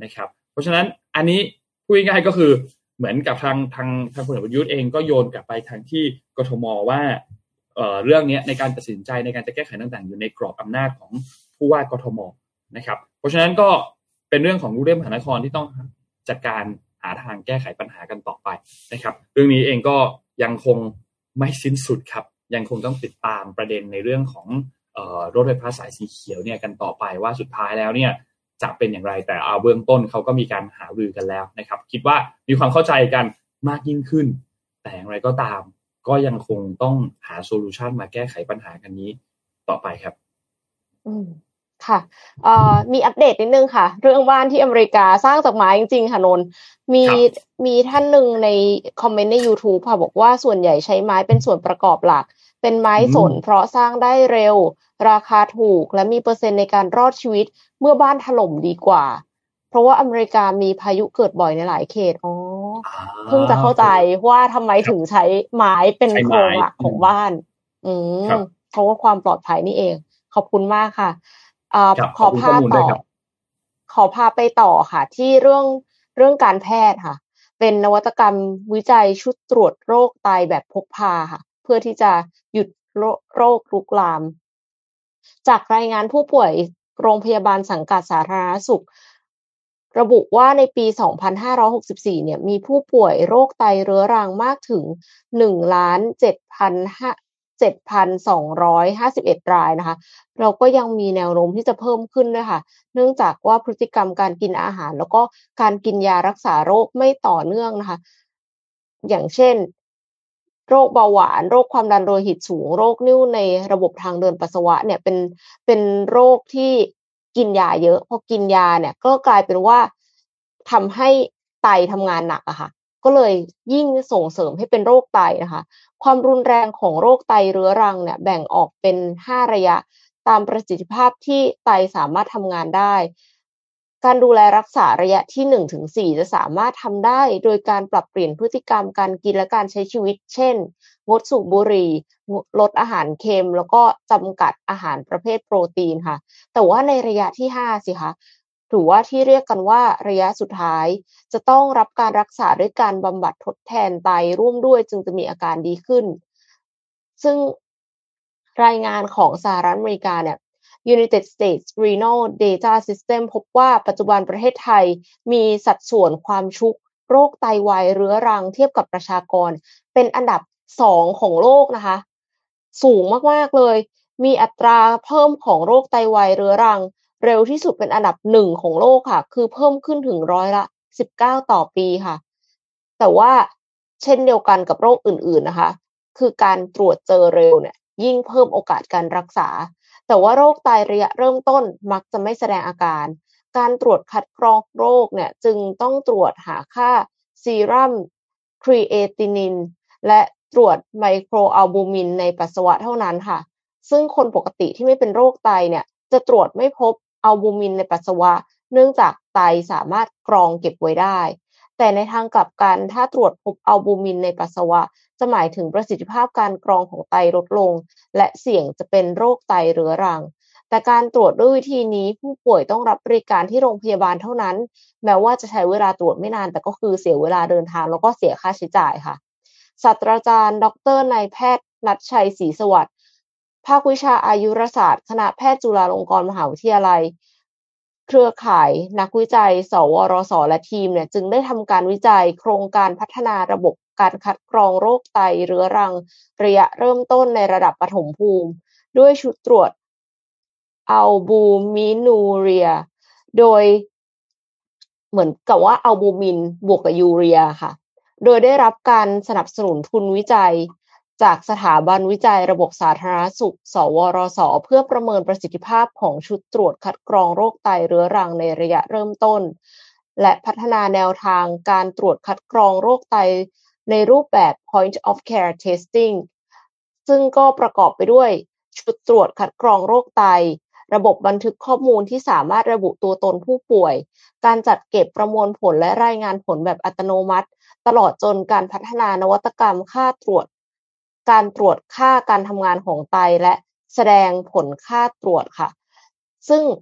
เพราะฉะนั้นอันนี้พูดง่ายๆก็คือเหมือนกับทางทางทางพลเอกประยุทธ์เองก็โยนกลับไปทางที่กทมว่าเอ่อเรื่องนี้ในการตัดสินใจในการจะแก้ไขต่างๆอยู่ในกรอบอำนาจของผู้ว่ากทมนะครับเพราะฉะนั้นก็เป็นเรื่องของกรุงเทพมหานครที่ต้องจัดการหาทางแก้ไขปัญหากันต่อไปนะครับเรื่องนี้เองก็ยังคงไม่สิ้นสุดครับยังคงต้องติดตามประเด็นในเรื่องของเอ่อรถไฟฟ้าสายสีเขียวเนี่ยกันต่อไปว่าสุดท้ายแล้วเนี่ยจะเป็นอย่างไรแต่เอาเบื้องต้นเขาก็มีการหารือกันแล้วนะครับคิดว่ามีความเข้าใจกันมากยิ่งขึ้นแต่อย่างไรก็ตามก็ยังคงต้องหาโซลูชันมาแก้ไขปัญหากันนี้ต่อไปครับอืมค่ะเอ่อมีอัปเดตนิดนึงค่ะเรื่องบ้านที่อเมริกาสร้างจากไม้จริงๆค่ะนนท์มีมีท่านหนึ่งในคอมเมนต์ใน YouTube ค่ะบอกว่าส่วนใหญ่ใช้ไม้เป็นส่วนประกอบหลักเป็นไม้สนเพราะสร้างได้เร็วราคาถูกและมีเปอร์เซ็นต์ในการรอดชีวิตเมื่อบ้านถล่มดีกว่าเพราะว่าอเมริกามีพายุเกิดบ่อยในหลายเขตอ๋อเพิ่งจะเข้าใจว่าทำไมถึงใช้ไม้เป็นโครงหลักของบ้านอืมเพราะว่าความปลอดภัยนี่เองขอบคุณมากค่ะอ่าขอพาต่อขอพาไปต่อค่ะที่เรื่องเรื่องการแพทย์ค่ะเป็นนวัตกรรมวิจัยชุดตรวจโรคไตแบบพกพาค่ะเพื่อที่จะหยุดโรคลุกลามจากรายงานผู้ป่วยโรงพยาบาลสังกัดสาธารณสุขระบุว่าในปีสองพันห้าร้อยหกสิบสี่เนี่ยมีผู้ป่วยโรคไตเรื้อรังมากถึง หนึ่งล้านเจ็ดพันเจ็ดพันสองร้อยห้าสิบเอ็ด รายนะคะเราก็ยังมีแนวโน้มที่จะเพิ่มขึ้นด้วยค่ะเนื่องจากว่าพฤติกรรมการกินอาหารแล้วก็การกินยารักษาโรคไม่ต่อเนื่องนะคะอย่างเช่นโรคเบาหวานโรคความดันโลหิตสูงโรคนิ่วในระบบทางเดินปัสสาวะเนี่ยเป็นเป็นโรคที่กินยาเยอะพอกินยาเนี่ยก็กลายเป็นว่าทำให้ไตทำงานหนักอะค่ะก็เลยยิ่งส่งเสริมให้เป็นโรคไตนะคะความรุนแรงของโรคไตเรื้อรังเนี่ยแบ่งออกเป็นห้าระยะตามประสิทธิภาพที่ไตสามารถทำงานได้การดูแลรักษาระยะที่ หนึ่งถึงสี่ จะสามารถทำได้โดยการปรับเปลี่ยนพฤติกรรมการกินและการใช้ชีวิตเช่นงดสูบบุหรี่ลดอาหารเค็มแล้วก็จำกัดอาหารประเภทโปรตีนค่ะแต่ว่าในระยะที่ห้าสิคะหรือว่าที่เรียกกันว่าระยะสุดท้ายจะต้องรับการรักษาด้วยการบำบัดทดแทนไตร่วมด้วยจึงจะมีอาการดีขึ้นซึ่งรายงานของสหรัฐอเมริกาเนี่ย United States Renal Data System พบว่าปัจจุบันประเทศไทยมีสัดส่วนความชุกโรคไตวายเรื้อรังเทียบกับประชากรเป็นอันดับสองของโลกนะคะสูงมากๆเลยมีอัตราเพิ่มของโรคไตวายเรื้อรังเร็วที่สุดเป็นอันดับหนึ่งของโลกค่ะคือเพิ่มขึ้นถึงร้อยละสิบเก้าต่อปีค่ะแต่ว่าเช่นเดียวกันกับโรคอื่นๆนะคะคือการตรวจเจอเร็วเนี่ยยิ่งเพิ่มโอกาสการรักษาแต่ว่าโรคไตระยะเริ่มต้นมักจะไม่แสดงอาการการตรวจคัดกรองโรคเนี่ยจึงต้องตรวจหาค่าซีรัมครีเอตินินและตรวจไมโครอัลบูมินในปัสสาวะเท่านั้นค่ะซึ่งคนปกติที่ไม่เป็นโรคไตเนี่ยจะตรวจไม่พบอัลบูมินในปัสสาวะเนื่องจากไตสามารถกรองเก็บไว้ได้แต่ในทางกลับกันถ้าตรวจพบอัลบูมินในปัสสาวะจะหมายถึงประสิทธิภาพการกรองของไตลดลงและเสี่ยงจะเป็นโรคไตเรื้อรังแต่การตรวจด้วยวิธีนี้ผู้ป่วยต้องรับบริการที่โรงพยาบาลเท่านั้นแม้ว่าจะใช้เวลาตรวจไม่นานแต่ก็คือเสียเวลาเดินทางแล้วก็เสียค่าใช้จ่ายค่ะศาสตราจารย์ดรนายแพทย์ณัฐชัยศรีสวัสดิ์ภาควิชาอายุรศาสตร์คณะแพทย์จุฬาลงกรณ์มหาวิทยาลัยเครือข่ายนักวิจัยสวรสและทีมเนี่ยจึงได้ทำการวิจัยโครงการพัฒนาระบบการคัดกรองโรคไตเรื้อรังระยะเริ่มต้นในระดับปฐมภูมิด้วยชุดตรวจอัลบูมินูเรียโดยเหมือนกับว่าอัลบูมินบวกกับยูเรียค่ะโดยได้รับการสนับสนุนทุนวิจัยจากสถาบันวิจัยระบบสาธารณสุขสวรสเพื่อประเมินประสิทธิภาพของชุดตรวจคัดกรองโรคไตเรื้อรังในระยะเริ่มต้นและพัฒนาแนวทางการตรวจคัดกรองโรคไตในรูปแบบ point of care testing ซึ่งก็ประกอบไปด้วยชุดตรวจคัดกรองโรคไตระบบบันทึกข้อมูลที่สามารถระบุตัวตนผู้ป่วยการจัดเก็บประมวลผลและรายงานผลแบบอัตโนมัติตลอดจนการพัฒนานวัตกรรมค่าตรวจการตรวจค่าการทำงานของไตและแสดงผลค่าตรวจค่ะซึ่ง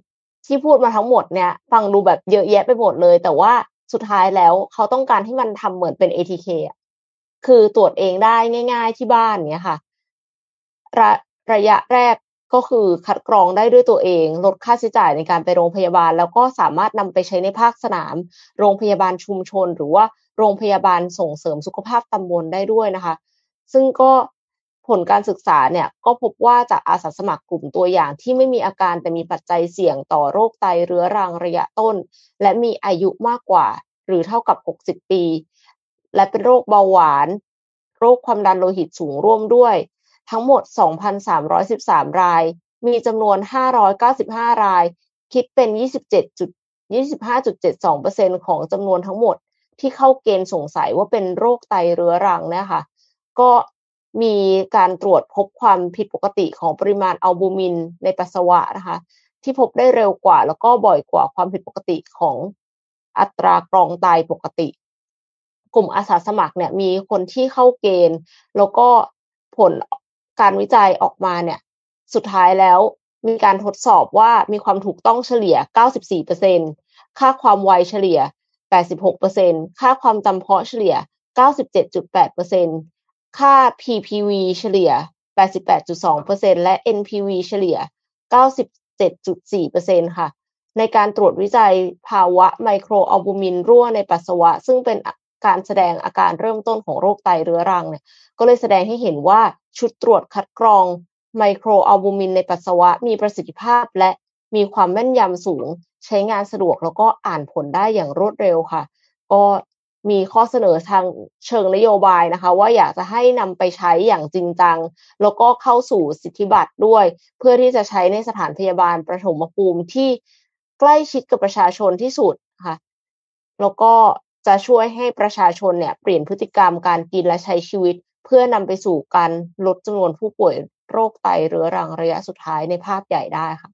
ที่พูดมาทั้งหมดเนี่ยฟังดูแบบเยอะแยะไปหมดเลยแต่ว่าสุดท้ายแล้วเขาต้องการให้มันทำเหมือนเป็น เอ ที เค อ่ะคือตรวจเองได้ง่ายๆที่บ้านเนี้ยค่ะระระยะแรกก็คือคัดกรองได้ด้วยตัวเองลดค่าใช้จ่ายในการไปโรงพยาบาลแล้วก็สามารถนำไปใช้ในภาคสนามโรงพยาบาลชุมชนหรือว่าโรงพยาบาลส่งเสริมสุขภาพตำบลได้ด้วยนะคะซึ่งก็ผลการศึกษาเนี่ยก็พบว่าจากอาสาสมัครกลุ่มตัวอย่างที่ไม่มีอาการแต่มีปัจจัยเสี่ยงต่อโรคไตเรื้อรังระยะต้นและมีอายุมากกว่าหรือเท่ากับหกสิบปีและเป็นโรคเบาหวานโรคความดันโลหิตสูงร่วมด้วยทั้งหมด สองพันสามร้อยสิบสาม รายมีจำนวนห้าร้อยเก้าสิบห้ารายคิดเป็น ยี่สิบเจ็ดจุดยี่สิบห้าจุดเจ็ดสองเปอร์เซ็นต์ ของจำนวนทั้งหมดที่เข้าเกณฑ์สงสัยว่าเป็นโรคไตเรื้อรังนะคะก็มีการตรวจพบความผิดปกติของปริมาณอัลบูมินในปัสสาวะนะคะที่พบได้เร็วกว่าแล้วก็บ่อยกว่าความผิดปกติของอัตรากรองไตปกติกลุ่มอาสาสมัครเนี่ยมีคนที่เข้าเกณฑ์แล้วก็ผลการวิจัยออกมาเนี่ยสุดท้ายแล้วมีการทดสอบว่ามีความถูกต้องเฉลี่ย เก้าสิบสี่เปอร์เซ็นต์ ค่าความไวเฉลี่ย แปดสิบหกเปอร์เซ็นต์ ค่าความจำเพาะเฉลี่ย เก้าสิบเจ็ดจุดแปดเปอร์เซ็นต์ ค่า พี พี วี เฉลี่ย แปดสิบแปดจุดสองเปอร์เซ็นต์ และ เอ็น พี วี เฉลี่ย เก้าสิบเจ็ดจุดสี่เปอร์เซ็นต์ ค่ะในการตรวจวิจัยภาวะไมโครอัลบูมินรั่วในปัสสาวะซึ่งเป็นการแสดงอาการเริ่มต้นของโรคไตเรื้อรังเนี่ยก็เลยแสดงให้เห็นว่าชุดตรวจคัดกรองไมโครอัลบูมินในปัสสาวะมีประสิทธิภาพและมีความแม่นยำสูงใช้งานสะดวกแล้วก็อ่านผลได้อย่างรวดเร็วค่ะก็มีข้อเสนอทางเชิงนโยบายนะคะว่าอยากจะให้นำไปใช้อย่างจริงจังแล้วก็เข้าสู่สิทธิบัตรด้วยเพื่อที่จะใช้ในสถานพยาบาลประถมภูมิที่ใกล้ชิดกับประชาชนที่สุดค่ะแล้วก็จะช่วยให้ประชาชนเนี่ยเปลี่ยนพฤติกรรมการกินและใช้ชีวิตเพื่อนำไปสู่การลดจำนวนผู้ป่วยโรคไตเรื้อรังระยะสุดท้ายในภาพใหญ่ได้ค่ะ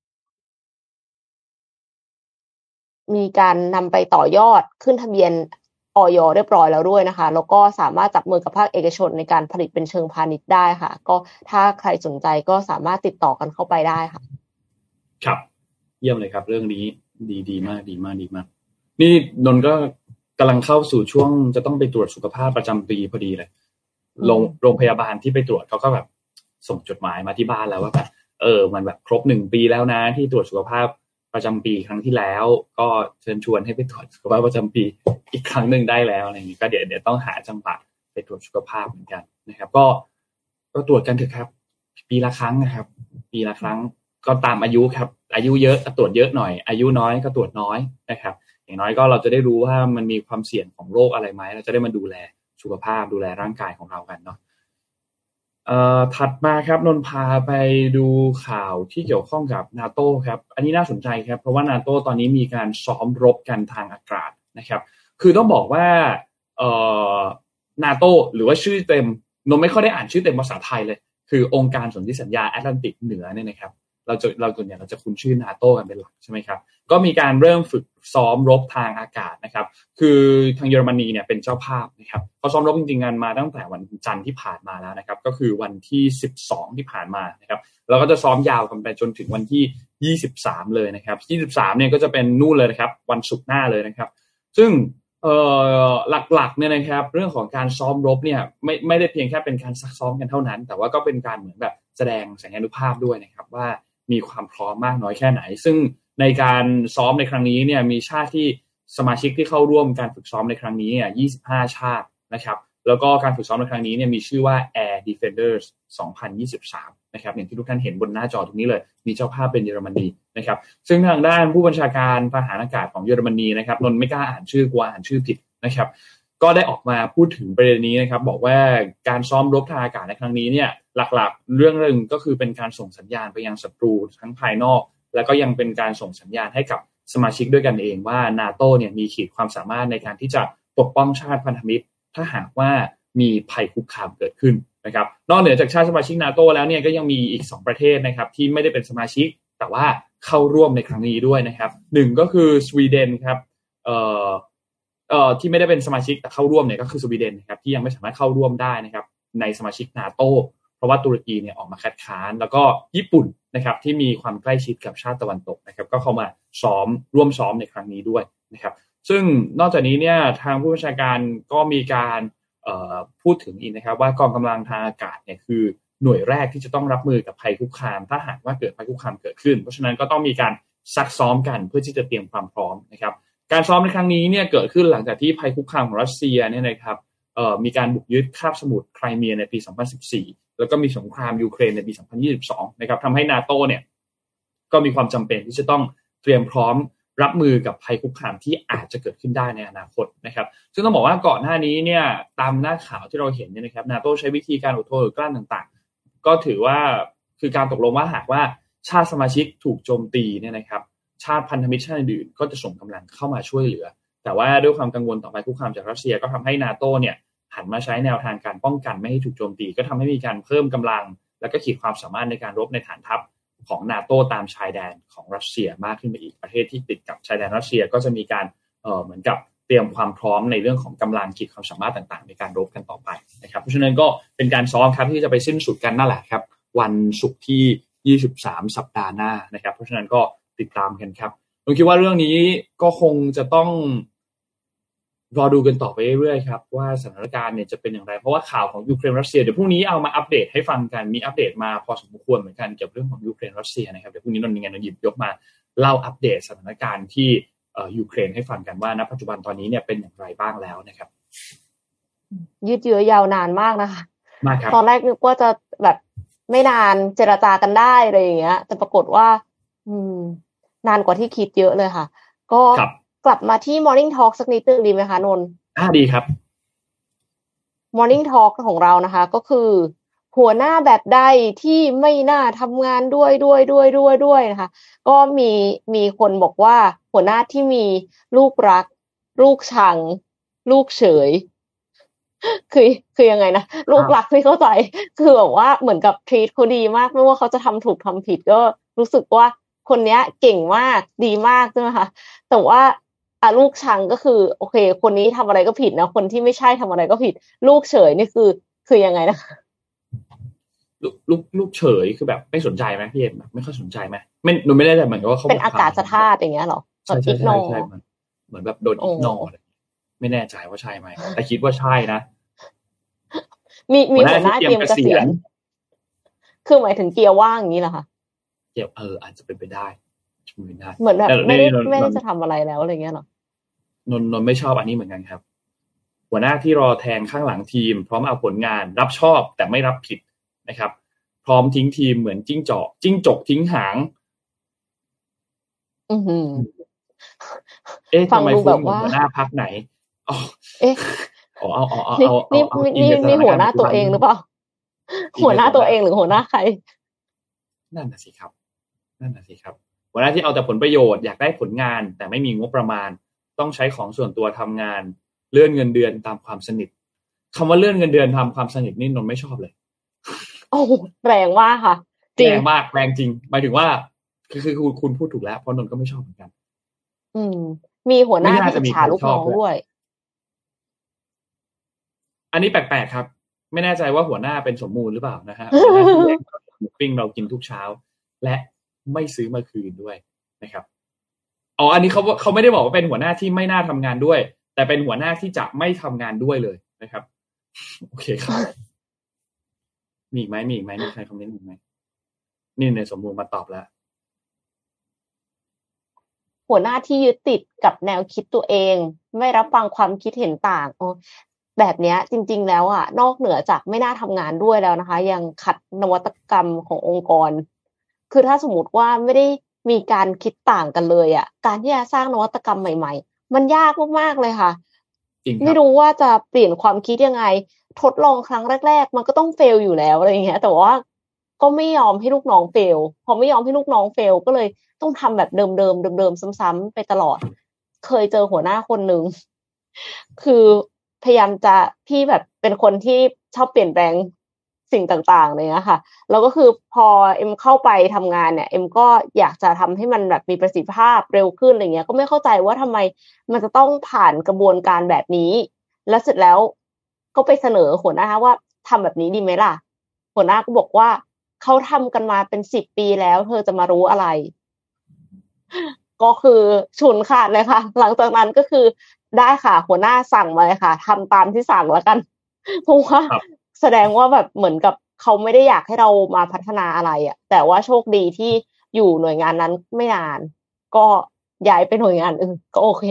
มีการนำไปต่อยอดขึ้นทะเบียนอย.เรียบร้อยแล้วด้วยนะคะแล้วก็สามารถจับมือกับภาคเอกชนในการผลิตเป็นเชิงพาณิชย์ได้ค่ะก็ถ้าใครสนใจก็สามารถติดต่อกันเข้าไปได้ค่ะครับเยี่ยมเลยครับเรื่องนี้ดีดีมากดีมากดีมากนี่นนก็กำลังเข้าสู่ช่วงจะต้องไปตรวจสุขภาพประจำปีพอดีเลยโรงโรงพยาบาลที่ไปตรวจเขาก็แบบส่งจดหมายมาที่บ้านแล้วว่าแบบเออมันแบบครบหนึ่งปีแล้วนะที่ตรวจสุขภาพประจำปีครั้งที่แล้วก็เชิญชวนให้ไปตรวจสุขภาพประจำปีอีกครั้งหนึ่งได้แล้วอะไรอย่างนี้ก็เดี๋ยวเดี๋ยวต้องหาจังหวะไปตรวจสุขภาพเหมือนกันนะครับก็ก็ตรวจกันเถอะครับปีละครั้งนะครับปีละครั้งก็ตามอายุครับอายุเยอะก็ตรวจเยอะหน่อยอายุน้อยก็ตรวจน้อยนะครับอย่างน้อยก็เราจะได้รู้ว่ามันมีความเสี่ยงของโรคอะไรไหมเราจะได้มาดูแลสุขภาพดูแลร่างกายของเรากันเนาะเอ่อถัดมาครับนนพาไปดูข่าวที่เกี่ยวข้องกับ NATO ครับอันนี้น่าสนใจครับเพราะว่า NATO ตอนนี้มีการซ้อมรบกันทางอากาศนะครับคือต้องบอกว่าเอ่อ NATO หรือว่าชื่อเต็มนนไม่ค่อยได้อ่านชื่อเต็มภาษาไทยเลยคือองค์การสนธิสัญญาแอตแลนติกเหนือเนี่ยนะครับเราจะเราส่วนใหญ่เราจะคุ้นชื่อ NATO กันเป็นหลักใช่ไหมครับก็มีการเริ่มฝึกซ้อมรบทางอากาศนะครับคือทางเยอรมนีเนี่ยเป็นเจ้าภาพนะครับเขาซ้อมรบจริงๆกันมาตั้งแต่วันจันทร์ที่ผ่านมาแล้วนะครับก็คือวันที่สิบสองที่ผ่านมานะครับแล้วก็จะซ้อมยาวกันไปจนถึงวันที่ยี่สิบสามเลยนะครับยี่สิบสามเนี่ยก็จะเป็นนู่นเลยนะครับวันศุกร์หน้าเลยนะครับซึ่งเอ่อหลักๆเนี่ยนะครับเรื่องของการซ้อมรบเนี่ยไม่ไม่ได้เพียงแค่เป็นการซักซ้อมกันเท่านั้นแต่ว่าก็เป็นการเหมือนแบบแสดงสัญญานุภาพด้วยนะครับว่ามีความพร้อมมากน้อยแค่ไหนซึ่งในการซ้อมในครั้งนี้เนี่ยมีชาติที่สมาชิกที่เข้าร่วมการฝึกซ้อมในครั้งนี้เนี่ยยี่สิบห้าชาตินะครับแล้วก็การฝึกซ้อมในครั้งนี้เนี่ยมีชื่อว่า Air Defenders สองพันยี่สิบสามนะครับอย่างที่ทุกท่านเห็นบนหน้าจอตรงนี้เลยมีเจ้าภาพเป็นเยอรมนีนะครับซึ่งทางด้านผู้บัญชาการทหารอากาศของเยอรมนีนะครับนนไม่กล้าอ่านชื่อกลัวอ่านชื่อผิดนะครับก็ได้ออกมาพูดถึงประเด็นนี้นะครับบอกว่าการซ้อมรบทางอากาศในครั้งนี้เนี่ยหลักๆเรื่องนึงก็คือเป็นการส่งสัญญาณไปยังศัตรูทั้งภายนอกแล้วก็ยังเป็นการส่งสัญญาณให้กับสมาชิกด้วยกันเองว่า NATO เนี่ยมีขีดความสามารถในการที่จะปกป้องชาติพันธมิตรถ้าหากว่ามีภัยคุกคามเกิดขึ้นนะครับนอกเหนือจากชาติสมาชิก NATO แล้วเนี่ยก็ยังมีอีกสองประเทศนะครับที่ไม่ได้เป็นสมาชิกแต่ว่าเข้าร่วมในครั้งนี้ด้วยนะครับหนึ่งก็คือสวีเดนครับเอ่อเอ่อที่ไม่ได้เป็นสมาชิกแต่เข้าร่วมเนี่ยก็คือสวีเดนนะครับที่ยังไม่สามารถเข้าร่วมได้นะครับในสมาชิก NATO เพราะว่าตุรกีเนี่ยออกมาคัดค้านแล้วก็ญี่ปุ่นนะครับที่มีความใกล้ชิดกับชาติตะวันตกนะครับก็เข้ามาซ้อมร่วมซ้อมในครั้งนี้ด้วยนะครับซึ่งนอกจากนี้เนี่ยทางผู้บัญชาการก็มีการพูดถึงอีกนะครับว่ากองกำลังทางอากาศเนี่ยคือหน่วยแรกที่จะต้องรับมือกับภัยคุกคามถ้าหากว่าเกิดภัยคุกคามเกิดขึ้นเพราะฉะนั้นก็ต้องมีการซักซ้อมกันเพื่อที่จะเตรียมความพร้อมนะครับการซ้อมในครั้งนี้เนี่ยเกิดขึ้นหลังจากที่ภัยคุกคามของรัสเซียเนี่ยนะครับมีการบุกยึดคาบสมุทรไครเมียในปีสองพันสิบสี่แล้วก็มีสงครามยูเครนในปีสองพันยี่สิบสองนะครับทำให้ NATO เนี่ยก็มีความจำเป็นที่จะต้องเตรียมพร้อมรับมือกับภัยคุกคามที่อาจจะเกิดขึ้นได้ในอนาคตนะครับซึ่งต้องบอกว่าก่อนหน้านี้เนี่ยตามหน้าข่าวที่เราเห็นเนี่ยนะครับ NATO ใช้วิธีการอดทนอดกลั้นต่างๆก็ถือว่าคือการตกลงว่าหากว่าชาติสมาชิกถูกโจมตีเนี่ยนะครับชาติพันธมิตรชาติอื่นก็จะส่งกำลังเข้ามาช่วยเหลือแต่ว่าด้วยความกังวลต่อภัยคุกคามจากรัสเซียก็ทำให้ NATO เนี่ยหันมาใช้แนวทางการป้องกันไม่ให้ถูกโจมตีก็ทำให้มีการเพิ่มกำลังและก็ขีดความสามารถในการรบในฐานทัพของ NATO ตามชายแดนของรัสเซียมากขึ้นไปอีกประเทศที่ติดกับชายแดนรัสเซียก็จะมีการเอ่อเหมือนกับเตรียมความพร้อมในเรื่องของกำลังขีดความสามารถต่างๆในการรบกันต่อไปนะครับเพราะฉะนั้นก็เป็นการซ้อมครับที่จะไปสิ้นสุดกันนั่นแหละครับวันศุกร์ที่ยี่สิบสามสัปดาห์หน้านะครับเพราะฉะนั้นก็ติดตามกันครับผมคิดว่าเรื่องนี้ก็คงจะต้องรอดูกันต่อไปเรื่อยๆครับว่าสถานการณ์เนี่ยจะเป็นอย่างไรเพราะว่าข่าวของยูเครนรัสเซียเดี๋ยวพรุ่งนี้เอามาอัปเดตให้ฟังกันมีอัปเดตมาพอสมควรเหมือนกันเกี่ยวกับเรื่องของยูเครนรัสเซียนะครับเดี๋ยวพรุ่งนี้นนท์มีงานหยิบยกมาเล่าอัปเดตสถานการณ์ที่เอ่อยูเครนให้ฟังกันว่าณปัจจุบันตอนนี้เนี่ยเป็นอย่างไรบ้างแล้วนะครับยืดเยื้อยาวนานมากนะคะมากครับตอนแรกนึกว่าจะแบบไม่นานเจรจากันได้อะไรอย่างเงี้ยแต่ปรากฏว่าอืมนานกว่าที่คิดเยอะเลยค่ะก็กลับมาที่ Morning Talk สักนิดนึงดีไหมคะนนท์อ่าดีครับ Morning Talk ของเรานะคะก็คือหัวหน้าแบบใดที่ไม่น่าทำงานด้วยด้วยด้วยด้วยด้วยนะคะก็มีมีคนบอกว่าหัวหน้าที่มีลูกรักลูกชังลูกเฉยคือคือยังไงนะลูกรักไม่เข้าใจคือแบบว่าเหมือนกับทรีตเขาดีมากไม่ว่าเขาจะทำถูกทำผิดก็รู้สึกว่าคนเนี้ยเก่งมากดีมากใช่ไหมคะแต่ว่าอ่ะลูกชังก็คือโอเคคนนี้ทำอะไรก็ผิดนะคนที่ไม่ใช่ทำอะไรก็ผิดลูกเฉยนี่คือคือยังไงนะคะลูกลูกลูกเฉยคือแบบไม่สนใจไหมพี่เอ็มแบบไม่ค่อยสนใจไหมไม่หนูไม่ได้แต่เหมือนกับว่าเขาเป็นอากาศธาตุอย่างเงี้ยหรอใช่ใช่ใช่ใช่เหมือนแบบโดนอิกนอร์ไม่แน่ใจว่าใช่ไหมแต่คิดว่าใช่นะมีมีหัวหน้าเตรียมเกษียณคือหมายถึงเกียร์ว่างอย่างนี้เหรอคะเกียร์เอออาจจะเป็นไปได้เหมือนแบบไม่ได้ไม่ได้จะทำอะไรแล้วอะไรเงี้ยหรอนนนนไม่ชอบอันนี้เหมือนกันครับหัวหน้าที่รอแทงข้างหลังทีมพร้อมเอาผลงานรับชอบแต่ไม่รับผิดนะครับพร้อมทิ้งทีมเหมือนจิ้งจอกจิ้งจกทิ้งหางอือหือเอ๊ะทำไมฟุ้งหัวหน้าพักไหนอ๋อเอ๊ะอ๋อเอาเอาเอานี่นี่นี่หัวหน้าตัวเองหรือเปล่าหัวหน้าตัวเองหรือหัวหน้าใครนั่นน่ะสิครับนั่นน่ะสิครับหัวหน้าที่เอาแต่ผลประโยชน์อยากได้ผลงานแต่ไม่มีงบประมาณต้องใช้ของส่วนตัวทำงานเลื่อนเงินเดือนตามความสนิทคำว่าเลื่อนเงินเดือนตามความสนิทนี่นนไม่ชอบเลยโอ้แรงมากค่ะแรงมากแรงจริงหมายถึงว่าคือคือคุณคุณพูดถูกแล้วเพราะนนก็ไม่ชอบเหมือนกันอืมมีหัวหน้าที่อิจฉาลูกน้องด้วยอันนี้แปลกๆครับไม่แน่ใจว่าหัวหน้าเป็นสมมูลหรือเปล่านะฮะหมูปิ้งเรากินทุกเช้าและไม่ซื้อมาคืนด้วยนะครับอ๋ออันนี้เขาเขาไม่ได้บอกว่าเป็นหัวหน้าที่ไม่น่าทำงานด้วยแต่เป็นหัวหน้าที่จะไม่ทำงานด้วยเลยนะครับโอเคครับมีอีกไหมมีอีกไหมมีใครคอมเมนต์อีกไหมนี่ในสมมูลมาตอบแล้วหัวหน้าที่ยึดติดกับแนวคิดตัวเองไม่รับฟังความคิดเห็นต่างอ๋อแบบนี้จริงๆแล้วอ่ะนอกเหนือจากไม่น่าทำงานด้วยแล้วนะคะยังขัดนวัตกรรมขององค์กรคือถ้าสมมติว่าไม่ได้มีการคิดต่างกันเลยอ่ะการที่จะสร้างนวัตกรรมใหม่ๆมันยากมากๆเลยค่ะไม่รู้ว่าจะเปลี่ยนความคิดยังไงทดลองครั้งแรกๆมันก็ต้องเฟลอยู่แล้วอะไรอย่างเงี้ยแต่ว่าก็ไม่ยอมให้ลูกน้องเฟลพอไม่ยอมให้ลูกน้องเฟลก็เลยต้องทำแบบเดิมๆเดิมๆซ้ำๆไปตลอดเคยเจอหัวหน้าคนนึงคือพยายามจะพี่แบบเป็นคนที่ชอบเปลี่ยนแปลงสิ่งต่างๆเลยนะคะแล้วก็คือพอเอ็มเข้าไปทำงานเนี่ยเอ็มก็อยากจะทำให้มันแบบมีประสิทธิภาพเร็วขึ้นอะไรเงี้ยก็ไม่เข้าใจว่าทำไมมันจะต้องผ่านกระบวนการแบบนี้แล้วเสร็จแล้วก็ไปเสนอหัวหน้าว่าทำแบบนี้ดีไหมล่ะหัวหน้าก็บอกว่าเขาทำกันมาเป็นสิบปีแล้วเธอจะมารู้อะไรก็คือฉุนขาดเลยค่ะหลังจากนั้นก็คือได้ค่ะหัวหน้าสั่งมาเลยค่ะทำตามที่สั่งแล้วกันเพราะว่าแสดงว่าแบบเหมือนกับเขาไม่ได้อยากให้เรามาพัฒนาอะไรอ่ะแต่ว่าโชคดีที่อยู่หน่วยงานนั้นไม่นานก็ย้ายไปหน่วยงานอื่นก็โอเค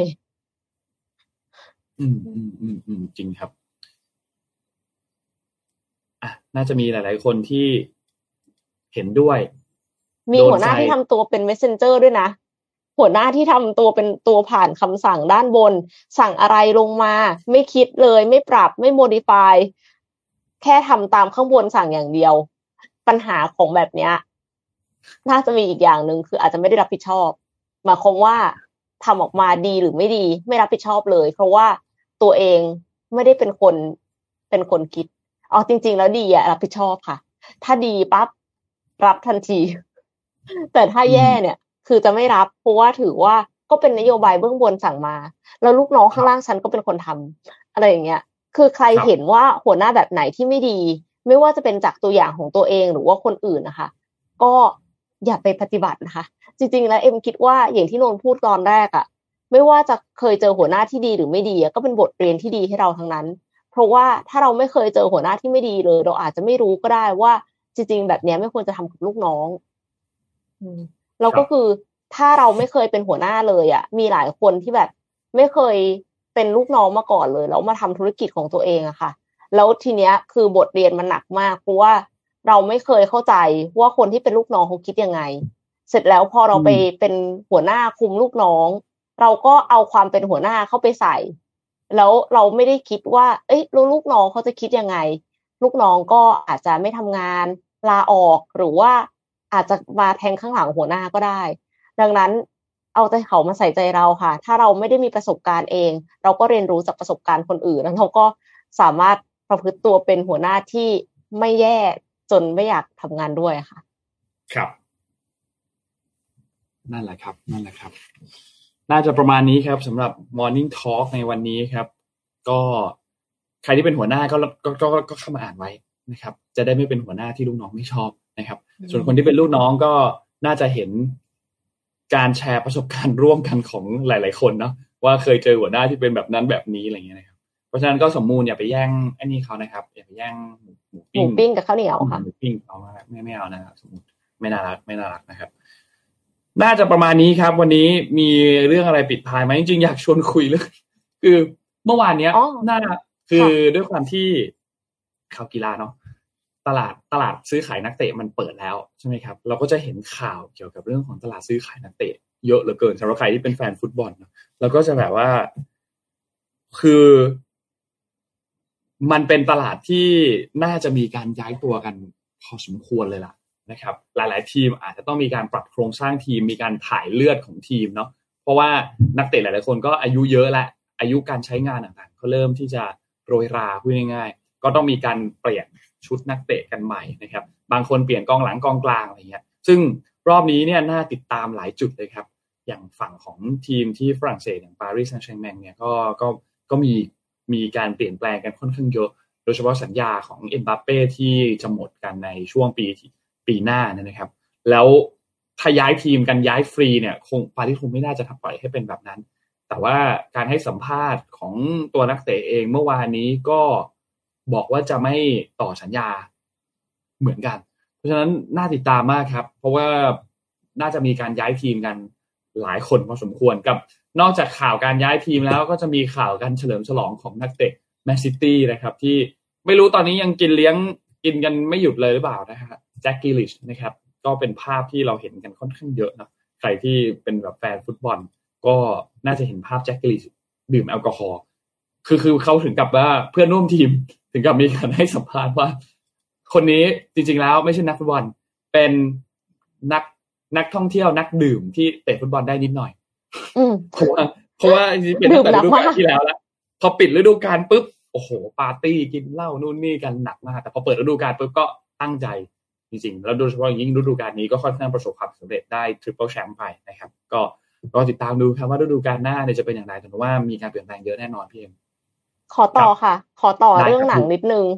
อืมอืมอืมอืมจริงครับอ่ะน่าจะมีหลายๆคนที่เห็นด้วยมีหัวหน้าที่ทำตัวเป็น messenger ด้วยนะหัวหน้าที่ทำตัวเป็นตัวผ่านคำสั่งด้านบนสั่งอะไรลงมาไม่คิดเลยไม่ปรับไม่ modify แค่ทำตามข้างบนสั่งอย่างเดียวปัญหาของแบบเนี้ยน่าจะมีอีกอย่างนึงคืออาจจะไม่ได้รับผิดชอบหมายความว่าทำออกมาดีหรือไม่ดีไม่รับผิดชอบเลยเพราะว่าตัวเองไม่ได้เป็นคนเป็นคนคิดอ๋อจริงๆแล้วดีอะรับผิดชอบค่ะถ้าดีปั๊บรับทันทีแต่ถ้าแย่เนี่ยคือจะไม่รับเพราะว่าถือว่าก็เป็นนโยบายเบื้องบนสั่งมาแล้วลูกน้องข้างล่างฉันก็เป็นคนทำอะไรอย่างเงี้ยคือใครเห็นว่าหัวหน้าแบบไหนที่ไม่ดีไม่ว่าจะเป็นจากตัวอย่างของตัวเองหรือว่าคนอื่นนะคะก็อย่าไปปฏิบัตินะคะจริงๆแล้วเอ็มคิดว่าอย่างที่นนท์พูดตอนแรกอะไม่ว่าจะเคยเจอหัวหน้าที่ดีหรือไม่ดีก็เป็นบทเรียนที่ดีให้เราทั้งนั้นเพราะว่าถ้าเราไม่เคยเจอหัวหน้าที่ไม่ดีเลยเราอาจจะไม่รู้ก็ได้ว่าจริงๆแบบนี้ไม่ควรจะทำกับลูกน้องแล้วก็คือถ้าเราไม่เคยเป็นหัวหน้าเลยอ่ะมีหลายคนที่แบบไม่เคยเป็นลูกน้องมาก่อนเลยแล้วมาทำธุรกิจของตัวเองอะค่ะแล้วทีเนี้ยคือบทเรียนมันหนักมากเพราะว่าเราไม่เคยเข้าใจว่าคนที่เป็นลูกน้องเขาคิดยังไงเสร็จแล้วพอเราไปเป็นหัวหน้าคุมลูกน้องเราก็เอาความเป็นหัวหน้าเข้าไปใส่แล้วเราไม่ได้คิดว่าเอ้ยลูกน้องเขาจะคิดยังไงลูกน้องก็อาจจะไม่ทำงานลาออกหรือว่าอาจจะมาแทงข้างหลังหัวหน้าก็ได้ดังนั้นเอาใจเขามาใส่ใจเราค่ะถ้าเราไม่ได้มีประสบการณ์เองเราก็เรียนรู้จากประสบการณ์คนอื่นแล้วเราก็สามารถประพฤติตัวเป็นหัวหน้าที่ไม่แย่จนไม่อยากทำงานด้วยค่ะครับนั่นแหละครับนั่นแหละครับน่าจะประมาณนี้ครับสำหรับ Morning Talk ในวันนี้ครับก็ใครที่เป็นหัวหน้าก็ก็ก็ก็เข้ามาอ่านไว้นะครับจะได้ไม่เป็นหัวหน้าที่ลูกน้องไม่ชอบนะครับส่วนคนที่เป็นลูกน้องก็น่าจะเห็นการแชร์ประสบการณ์ร่วมกันของหลายๆคนเนาะว่าเคยเจอหัวหน้าที่เป็นแบบนั้นแบบนี้อะไรเงี้ยนะครับเพราะฉะนั้นก็สมมูลอย่าไปแย่งไอ้นี่เขานะครับอย่าไปแย่งหมูปิ้งหมูปิ้งกับข้าวเหนียวค่ะหมูปิ้งเอามาไม่ไม่เอานะครับสมมุติไม่น่ารักไม่น่ารักนะครับน่าจะประมาณนี้ครับวันนี้มีเรื่องอะไรปิดท้ายไหมจริงๆอยากชวนคุยเรื่องคือเมื่อวานเนี้ยน่าคือด้วยความที่ข่าวกีฬาเนาะตลาดตลาดซื้อขายนักเตะมันเปิดแล้วใช่ไหมครับเราก็จะเห็นข่าวเกี่ยวกับเรื่องของตลาดซื้อขายนักเตะเยอะเหลือเกินสำหรับใครที่เป็นแฟนฟุตบอลนะแล้วก็จะแบบว่าคือมันเป็นตลาดที่น่าจะมีการย้ายตัวกันพอสมควรเลยล่ะนะครับหลายๆทีมอาจจะต้องมีการปรับโครงสร้างทีมมีการถ่ายเลือดของทีมเนาะเพราะว่านักเตะหลายๆคนก็อายุเยอะแล้วอายุการใช้งานต่างๆก็เริ่มที่จะโรยราพูดง่ายๆก็ต้องมีการเปลี่ยนชุดนักเตะกันใหม่นะครับบางคนเปลี่ยนกองหลังกองกลางอะไรเงี้ยซึ่งรอบนี้เนี่ยน่าติดตามหลายจุดเลยครับอย่างฝั่งของทีมที่ฝรั่งเศสอย่างปารีสแซงต์แชร์แมงเนี่ยก็ก็ก็มีมีการเปลี่ยนแปลงกันค่อนข้างเยอะโดยเฉพาะสัญญาของเอ็มบัปเป้ที่จะหมดกันในช่วงปีปีหน้านะครับแล้วถ้าย้ายทีมกันย้ายฟรีเนี่ยคงปารีสคงไม่น่าจะทำปล่อยให้เป็นแบบนั้นแต่ว่าการให้สัมภาษณ์ของตัวนักเตะเองเมื่อวานนี้ก็บอกว่าจะไม่ต่อสัญญาเหมือนกันเพราะฉะนั้นน่าติดตามมากครับเพราะว่าน่าจะมีการย้ายทีมกันหลายคนพอสมควรกับนอกจากข่าวการย้ายทีมแล้วก็จะมีข่าวการเฉลิมฉลองของนักเตะแมนซิตี้นะครับที่ไม่รู้ตอนนี้ยังกินเลี้ยงกินกันไม่หยุดเลยหรือเปล่านะฮะแจ็คกิลลิชนะครับก็เป็นภาพที่เราเห็นกันค่อนข้างเยอะนะใครที่เป็นแบบแฟนฟุตบอลก็น่าจะเห็นภาพแจ็คกิลลิชดื่มแอลกอฮอล์คือคือเขาถึงกับว่าเพื่อนร่วมทีมถึงกับมีการให้สัมภาษณ์ว่าคนนี้จริงๆแล้วไม่ใช่นักฟุตบอลเป็นนักนักท่องเที่ยวนักดื่มที่เตะฟุตบอลได้นิดหน่อยเพราะว่าเพราะว่าจริงๆเป็นตั้งแต่ฤดูกาลที่แล้วแล้วพอปิดฤดูกาลปุ๊บโอ้โหปาร์ตี้กินเหล้านู่นนี่กันหนักมากแต่พอเปิดฤดูกาลปุ๊บก็ตั้งใจจริงๆแล้วโดยเฉพาะยิ่งฤดูกาลนี้ก็ค่อนข้างประสบความสำเร็จได้ทริปเปิลแชมป์ไปนะครับก็รอติดตามดูครับว่าฤดูกาลหน้าเนี่ยจะเป็นอย่างไรแต่ว่ามีการเปลี่ยนแปลงเยอะแน่นอนพี่เอ็มขอต่อค่ะขอต่อเรื่องหนังนิดนึง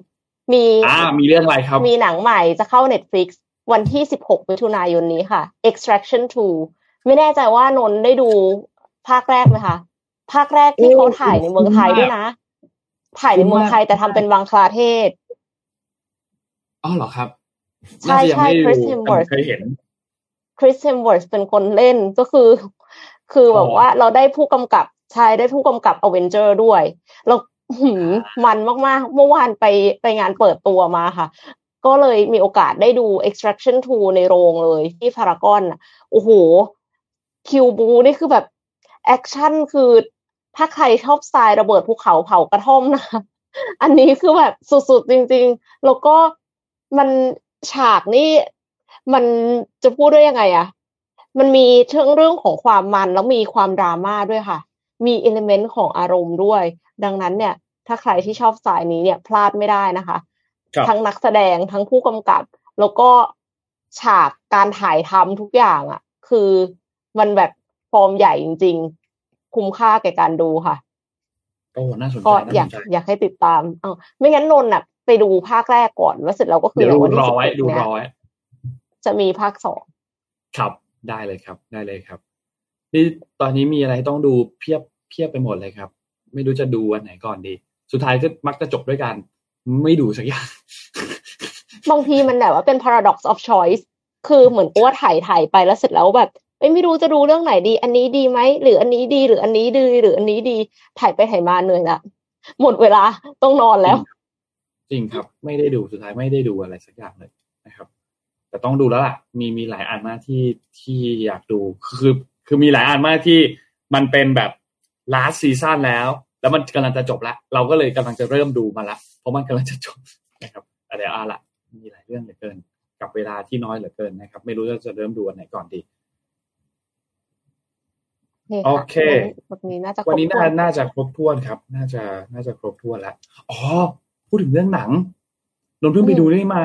มีอ่ามีเรื่องอะไรครับมีหนังใหม่จะเข้า Netflix วันที่สิบหกมิถุนายนนี้ค่ะ Extraction ทูไม่แน่ใจว่านนท์ได้ดูภาคแรกไหมคะภาคแรกที่เขาถ่ายในเมืองไทยด้วยนะถ่ายในเมืองไทยแต่ทำเป็นบังคลาเทศอ๋อเหรอครับใช่ใช่คริสเฮมเวิร์ธเคยเห็นคริสเฮมเวิร์ธเป็นคนเล่นก็คือคือแบบว่าเราได้ผู้กำกับใช่ได้ผู้กำกับอเวนเจอร์ด้วยเราหืมมันมากๆเมื่อวานไปไปงานเปิดตัวมาค่ะก็เลยมีโอกาสได้ดู Extraction ทูในโรงเลยที่พารากอนโอ้โหคิวบูนี่คือแบบแอคชั่นคือถ้าใครชอบสไตล์ระเบิดภูเขาเผากระท่อมนะอันนี้คือแบบสุดๆจริงๆแล้วก็มันฉากนี่มันจะพูดได้ยังไงอะมันมีเชิงเรื่องของความมันแล้วมีความดราม่าด้วยค่ะมีเอลิเมนต์ของอารมณ์ด้วยดังนั้นเนี่ยถ้าใครที่ชอบสายนี้เนี่ยพลาดไม่ได้นะคะทั้งนักแสดงทั้งผู้กำกับแล้วก็ฉากการถ่ายทำทุกอย่างอ่ะคือมันแบบฟอร์มใหญ่จริงๆคุ้มค่าแก่การดูค่ะโอ้น่าสนใจก็อยากอยากให้ติดตามเอ้าไม่งั้นนนท์น่ะไปดูภาคแรกก่อนแล้วเสร็จแล้วก็คือวันที่สิบหกดูรอไว้จะมีภาคสองครับได้เลยครับได้เลยครับนี่ตอนนี้มีอะไรต้องดูเพียบเพียบไปหมดเลยครับไม่รู้จะดูอันไหนก่อนดีสุดท้ายก็มักจะจบด้วยกันไม่ดูสักอย่างบางทีมันแบบว่าเป็น paradox of choice คือเหมือนกับว่าถ่ายถ่ายไปแล้วเสร็จแล้วแบบไม่รู้จะดูเรื่องไหนดีอันนี้ดีไหมหรืออันนี้ดีหรืออันนี้ดีหรืออันนี้ดีถ่ายไปถ่ายมาเหนื่อยละหมดเวลาต้องนอนแล้วจริงครับไม่ได้ดูสุดท้ายไม่ได้ดูอะไรสักอย่างเลยนะครับแต่ต้องดูแล้วล่ะมีมีหลายอันมากที่ที่อยากดูคือคือมีหลายอันมากที่มันเป็นแบบ last season แล้วแล้วมันกำลังจะจบละเราก็เลยกำลังจะเริ่มดูมาละเพราะมันกำลังจะจบนะครับอะไรอ่ะล่ะมีหลายเรื่องเหลือเกินกับเวลาที่น้อยเหลือเกินนะครับไม่รู้ว่าจะเริ่มดูอันไหนก่อนดีโอเควันนี้น่าจะวันนี้น่าจะครบถ้วนครับน่าจะน่าจะครบถ้วนแล้วอ๋อพูดถึงเรื่องหนังนนท์เพิ่งไปดูนี่มา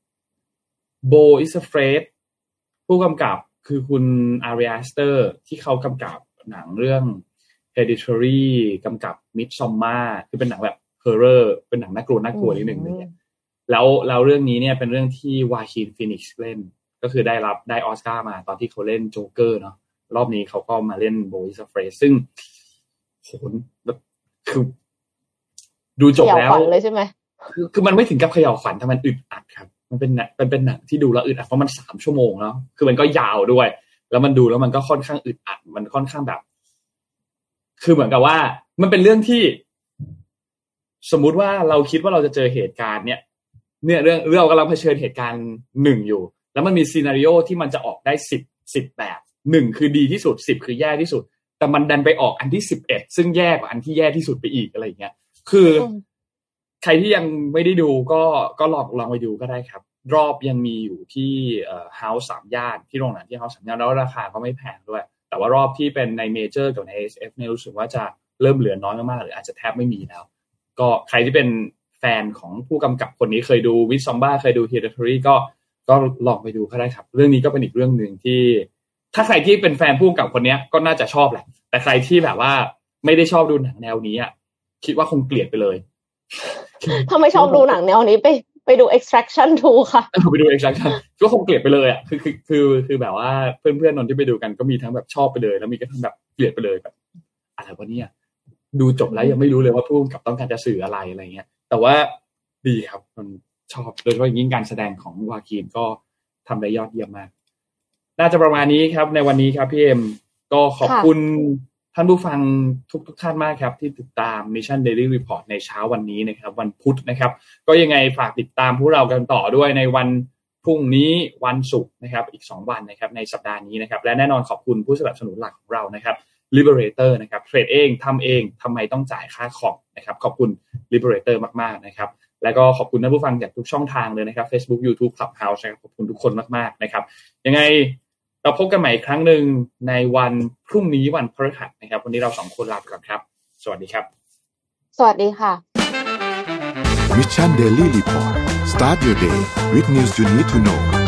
Bo is Afraid ผู้กำกับคือคุณอารีอาสเตอร์ที่เขากำกับหนังเรื่อง Hereditary กำกับ Midsommar คือเป็นหนังแบบ horror เป็นหนังน่ากลัวน่ากลัวนิดนึงเลยแล้วแล้วเรื่องนี้เนี่ยเป็นเรื่องที่วาคินฟีนิกซ์เล่นก็คือได้รับได้ออสการ์มาตอนที่เขาเล่นโจ๊กเกอร์เนาะรอบนี้เขาก็มาเล่น Bo is Afraid ซึ่งโหแบบคือดูจบแล้วเลยใช่ไหมคือคือมันไม่ถึงกับเขย่าขวัญแต่มันอึดอัดครับมันเป็นมันเป็นหนังที่ดูแล้วอึดอัดเพราะมันสามชั่วโมงแล้วคือมันก็ยาวด้วยแล้วมันดูแล้วมันก็ค่อนข้างอึดอัดมันค่อนข้างแบบคือเหมือนกับว่ามันเป็นเรื่องที่สมมุติว่าเราคิดว่าเราจะเจอเหตุการณ์เนี้ยเนี่ยเรื่องเรากำลังเผชิญเหตุการณ์หนึ่งอยู่แล้วมันมีซีนาริโอที่มันจะออกได้สิบ สิบแบบหนึ่งคือดีที่สุดสิบคือแย่ที่สุดแต่มันดันไปออกอันที่สิบเอ็ดซึ่งแย่กว่าอันที่แย่ที่สุดไปอีกอะไรอย่างเงี้ยคือใครที่ยังไม่ได้ดูก็ก็ลองลองไปดูก็ได้ครับรอบยังมีอยู่ที่เอ่อ House สามย่านที่โรงหนังที่ House สามย่านแล้วราคาก็ไม่แพงด้วยแต่ว่ารอบที่เป็นในเมเจอร์กับใน เอส เอฟ เนี่ยรู้สึกว่าจะเริ่มเหลือน้อยมากๆหรืออาจจะแทบไม่มีแล้วก็ใครที่เป็นแฟนของผู้กำกับคนนี้เคยดู Midsommar เคยดู Hereditary ก็ก็ลองไปดูก็ได้ครับเรื่องนี้ก็เป็นอีกเรื่องนึงที่ถ้าใครที่เป็นแฟนผู้กำกับคนนี้ก็น่าจะชอบแหละแต่ใครที่แบบว่าไม่ได้ชอบดูหนังแนวนี้อ่ะคิดว่าคงเกลียดไปเลยถ้าไม่ชอบดูหนังแนวนี้ไปไปดู Extraction ทูค่ะไปดู Extraction ก็คงเกลียดไปเลยอ่ะคือคือคือคือแบบว่าเพื่อนๆนนที่ไปดูกันก็มีทั้งแบบชอบไปเลยแล้วมีก็ทั้งแบบเกลียดไปเลยแบบอะไรวะเนี่ยดูจบแล้วยังไม่รู้เลยว่าผู้กำกับต้องการจะสื่ออะไรอะไรเงี้ยแต่ว่าดีครับมันชอบโดยเฉพาะอย่างยิ่งการแสดงของวาคินก็ทำได้ยอดเยี่ยมมากน่าจะประมาณนี้ครับในวันนี้ครับพี่เอ็มก็ขอบคุณท่านผู้ฟังทุกทุกท่านมากครับที่ติดตาม Mission Daily Report ในเช้าวันนี้นะครับวันพุธนะครับก็ยังไงฝากติดตามพวกเรากันต่อด้วยในวันพรุ่งนี้วันศุกร์นะครับอีกสองวันนะครับในสัปดาห์นี้นะครับและแน่นอนขอบคุณผู้สนับสนุนหลักของเรานะครับ Liberator นะครับเทรดเองทำเองทำไมต้องจ่ายค่าคอมนะครับขอบคุณ Liberator มากๆนะครับแล้วก็ขอบคุณท่านผู้ฟังจากทุกช่องทางเลยนะครับ Facebook YouTube Clubhouse นะครับขอบคุณทุกคนมากๆนะครับยังไงเราพบกันใหม่อีกครั้งหนึ่งในวันพรุ่งนี้วันพฤหัสนะครับวันนี้เราสองคนลาไปก่อนครับสวัสดีครับสวัสดีค่ะ Mission Daily Report Start your day with news you need to know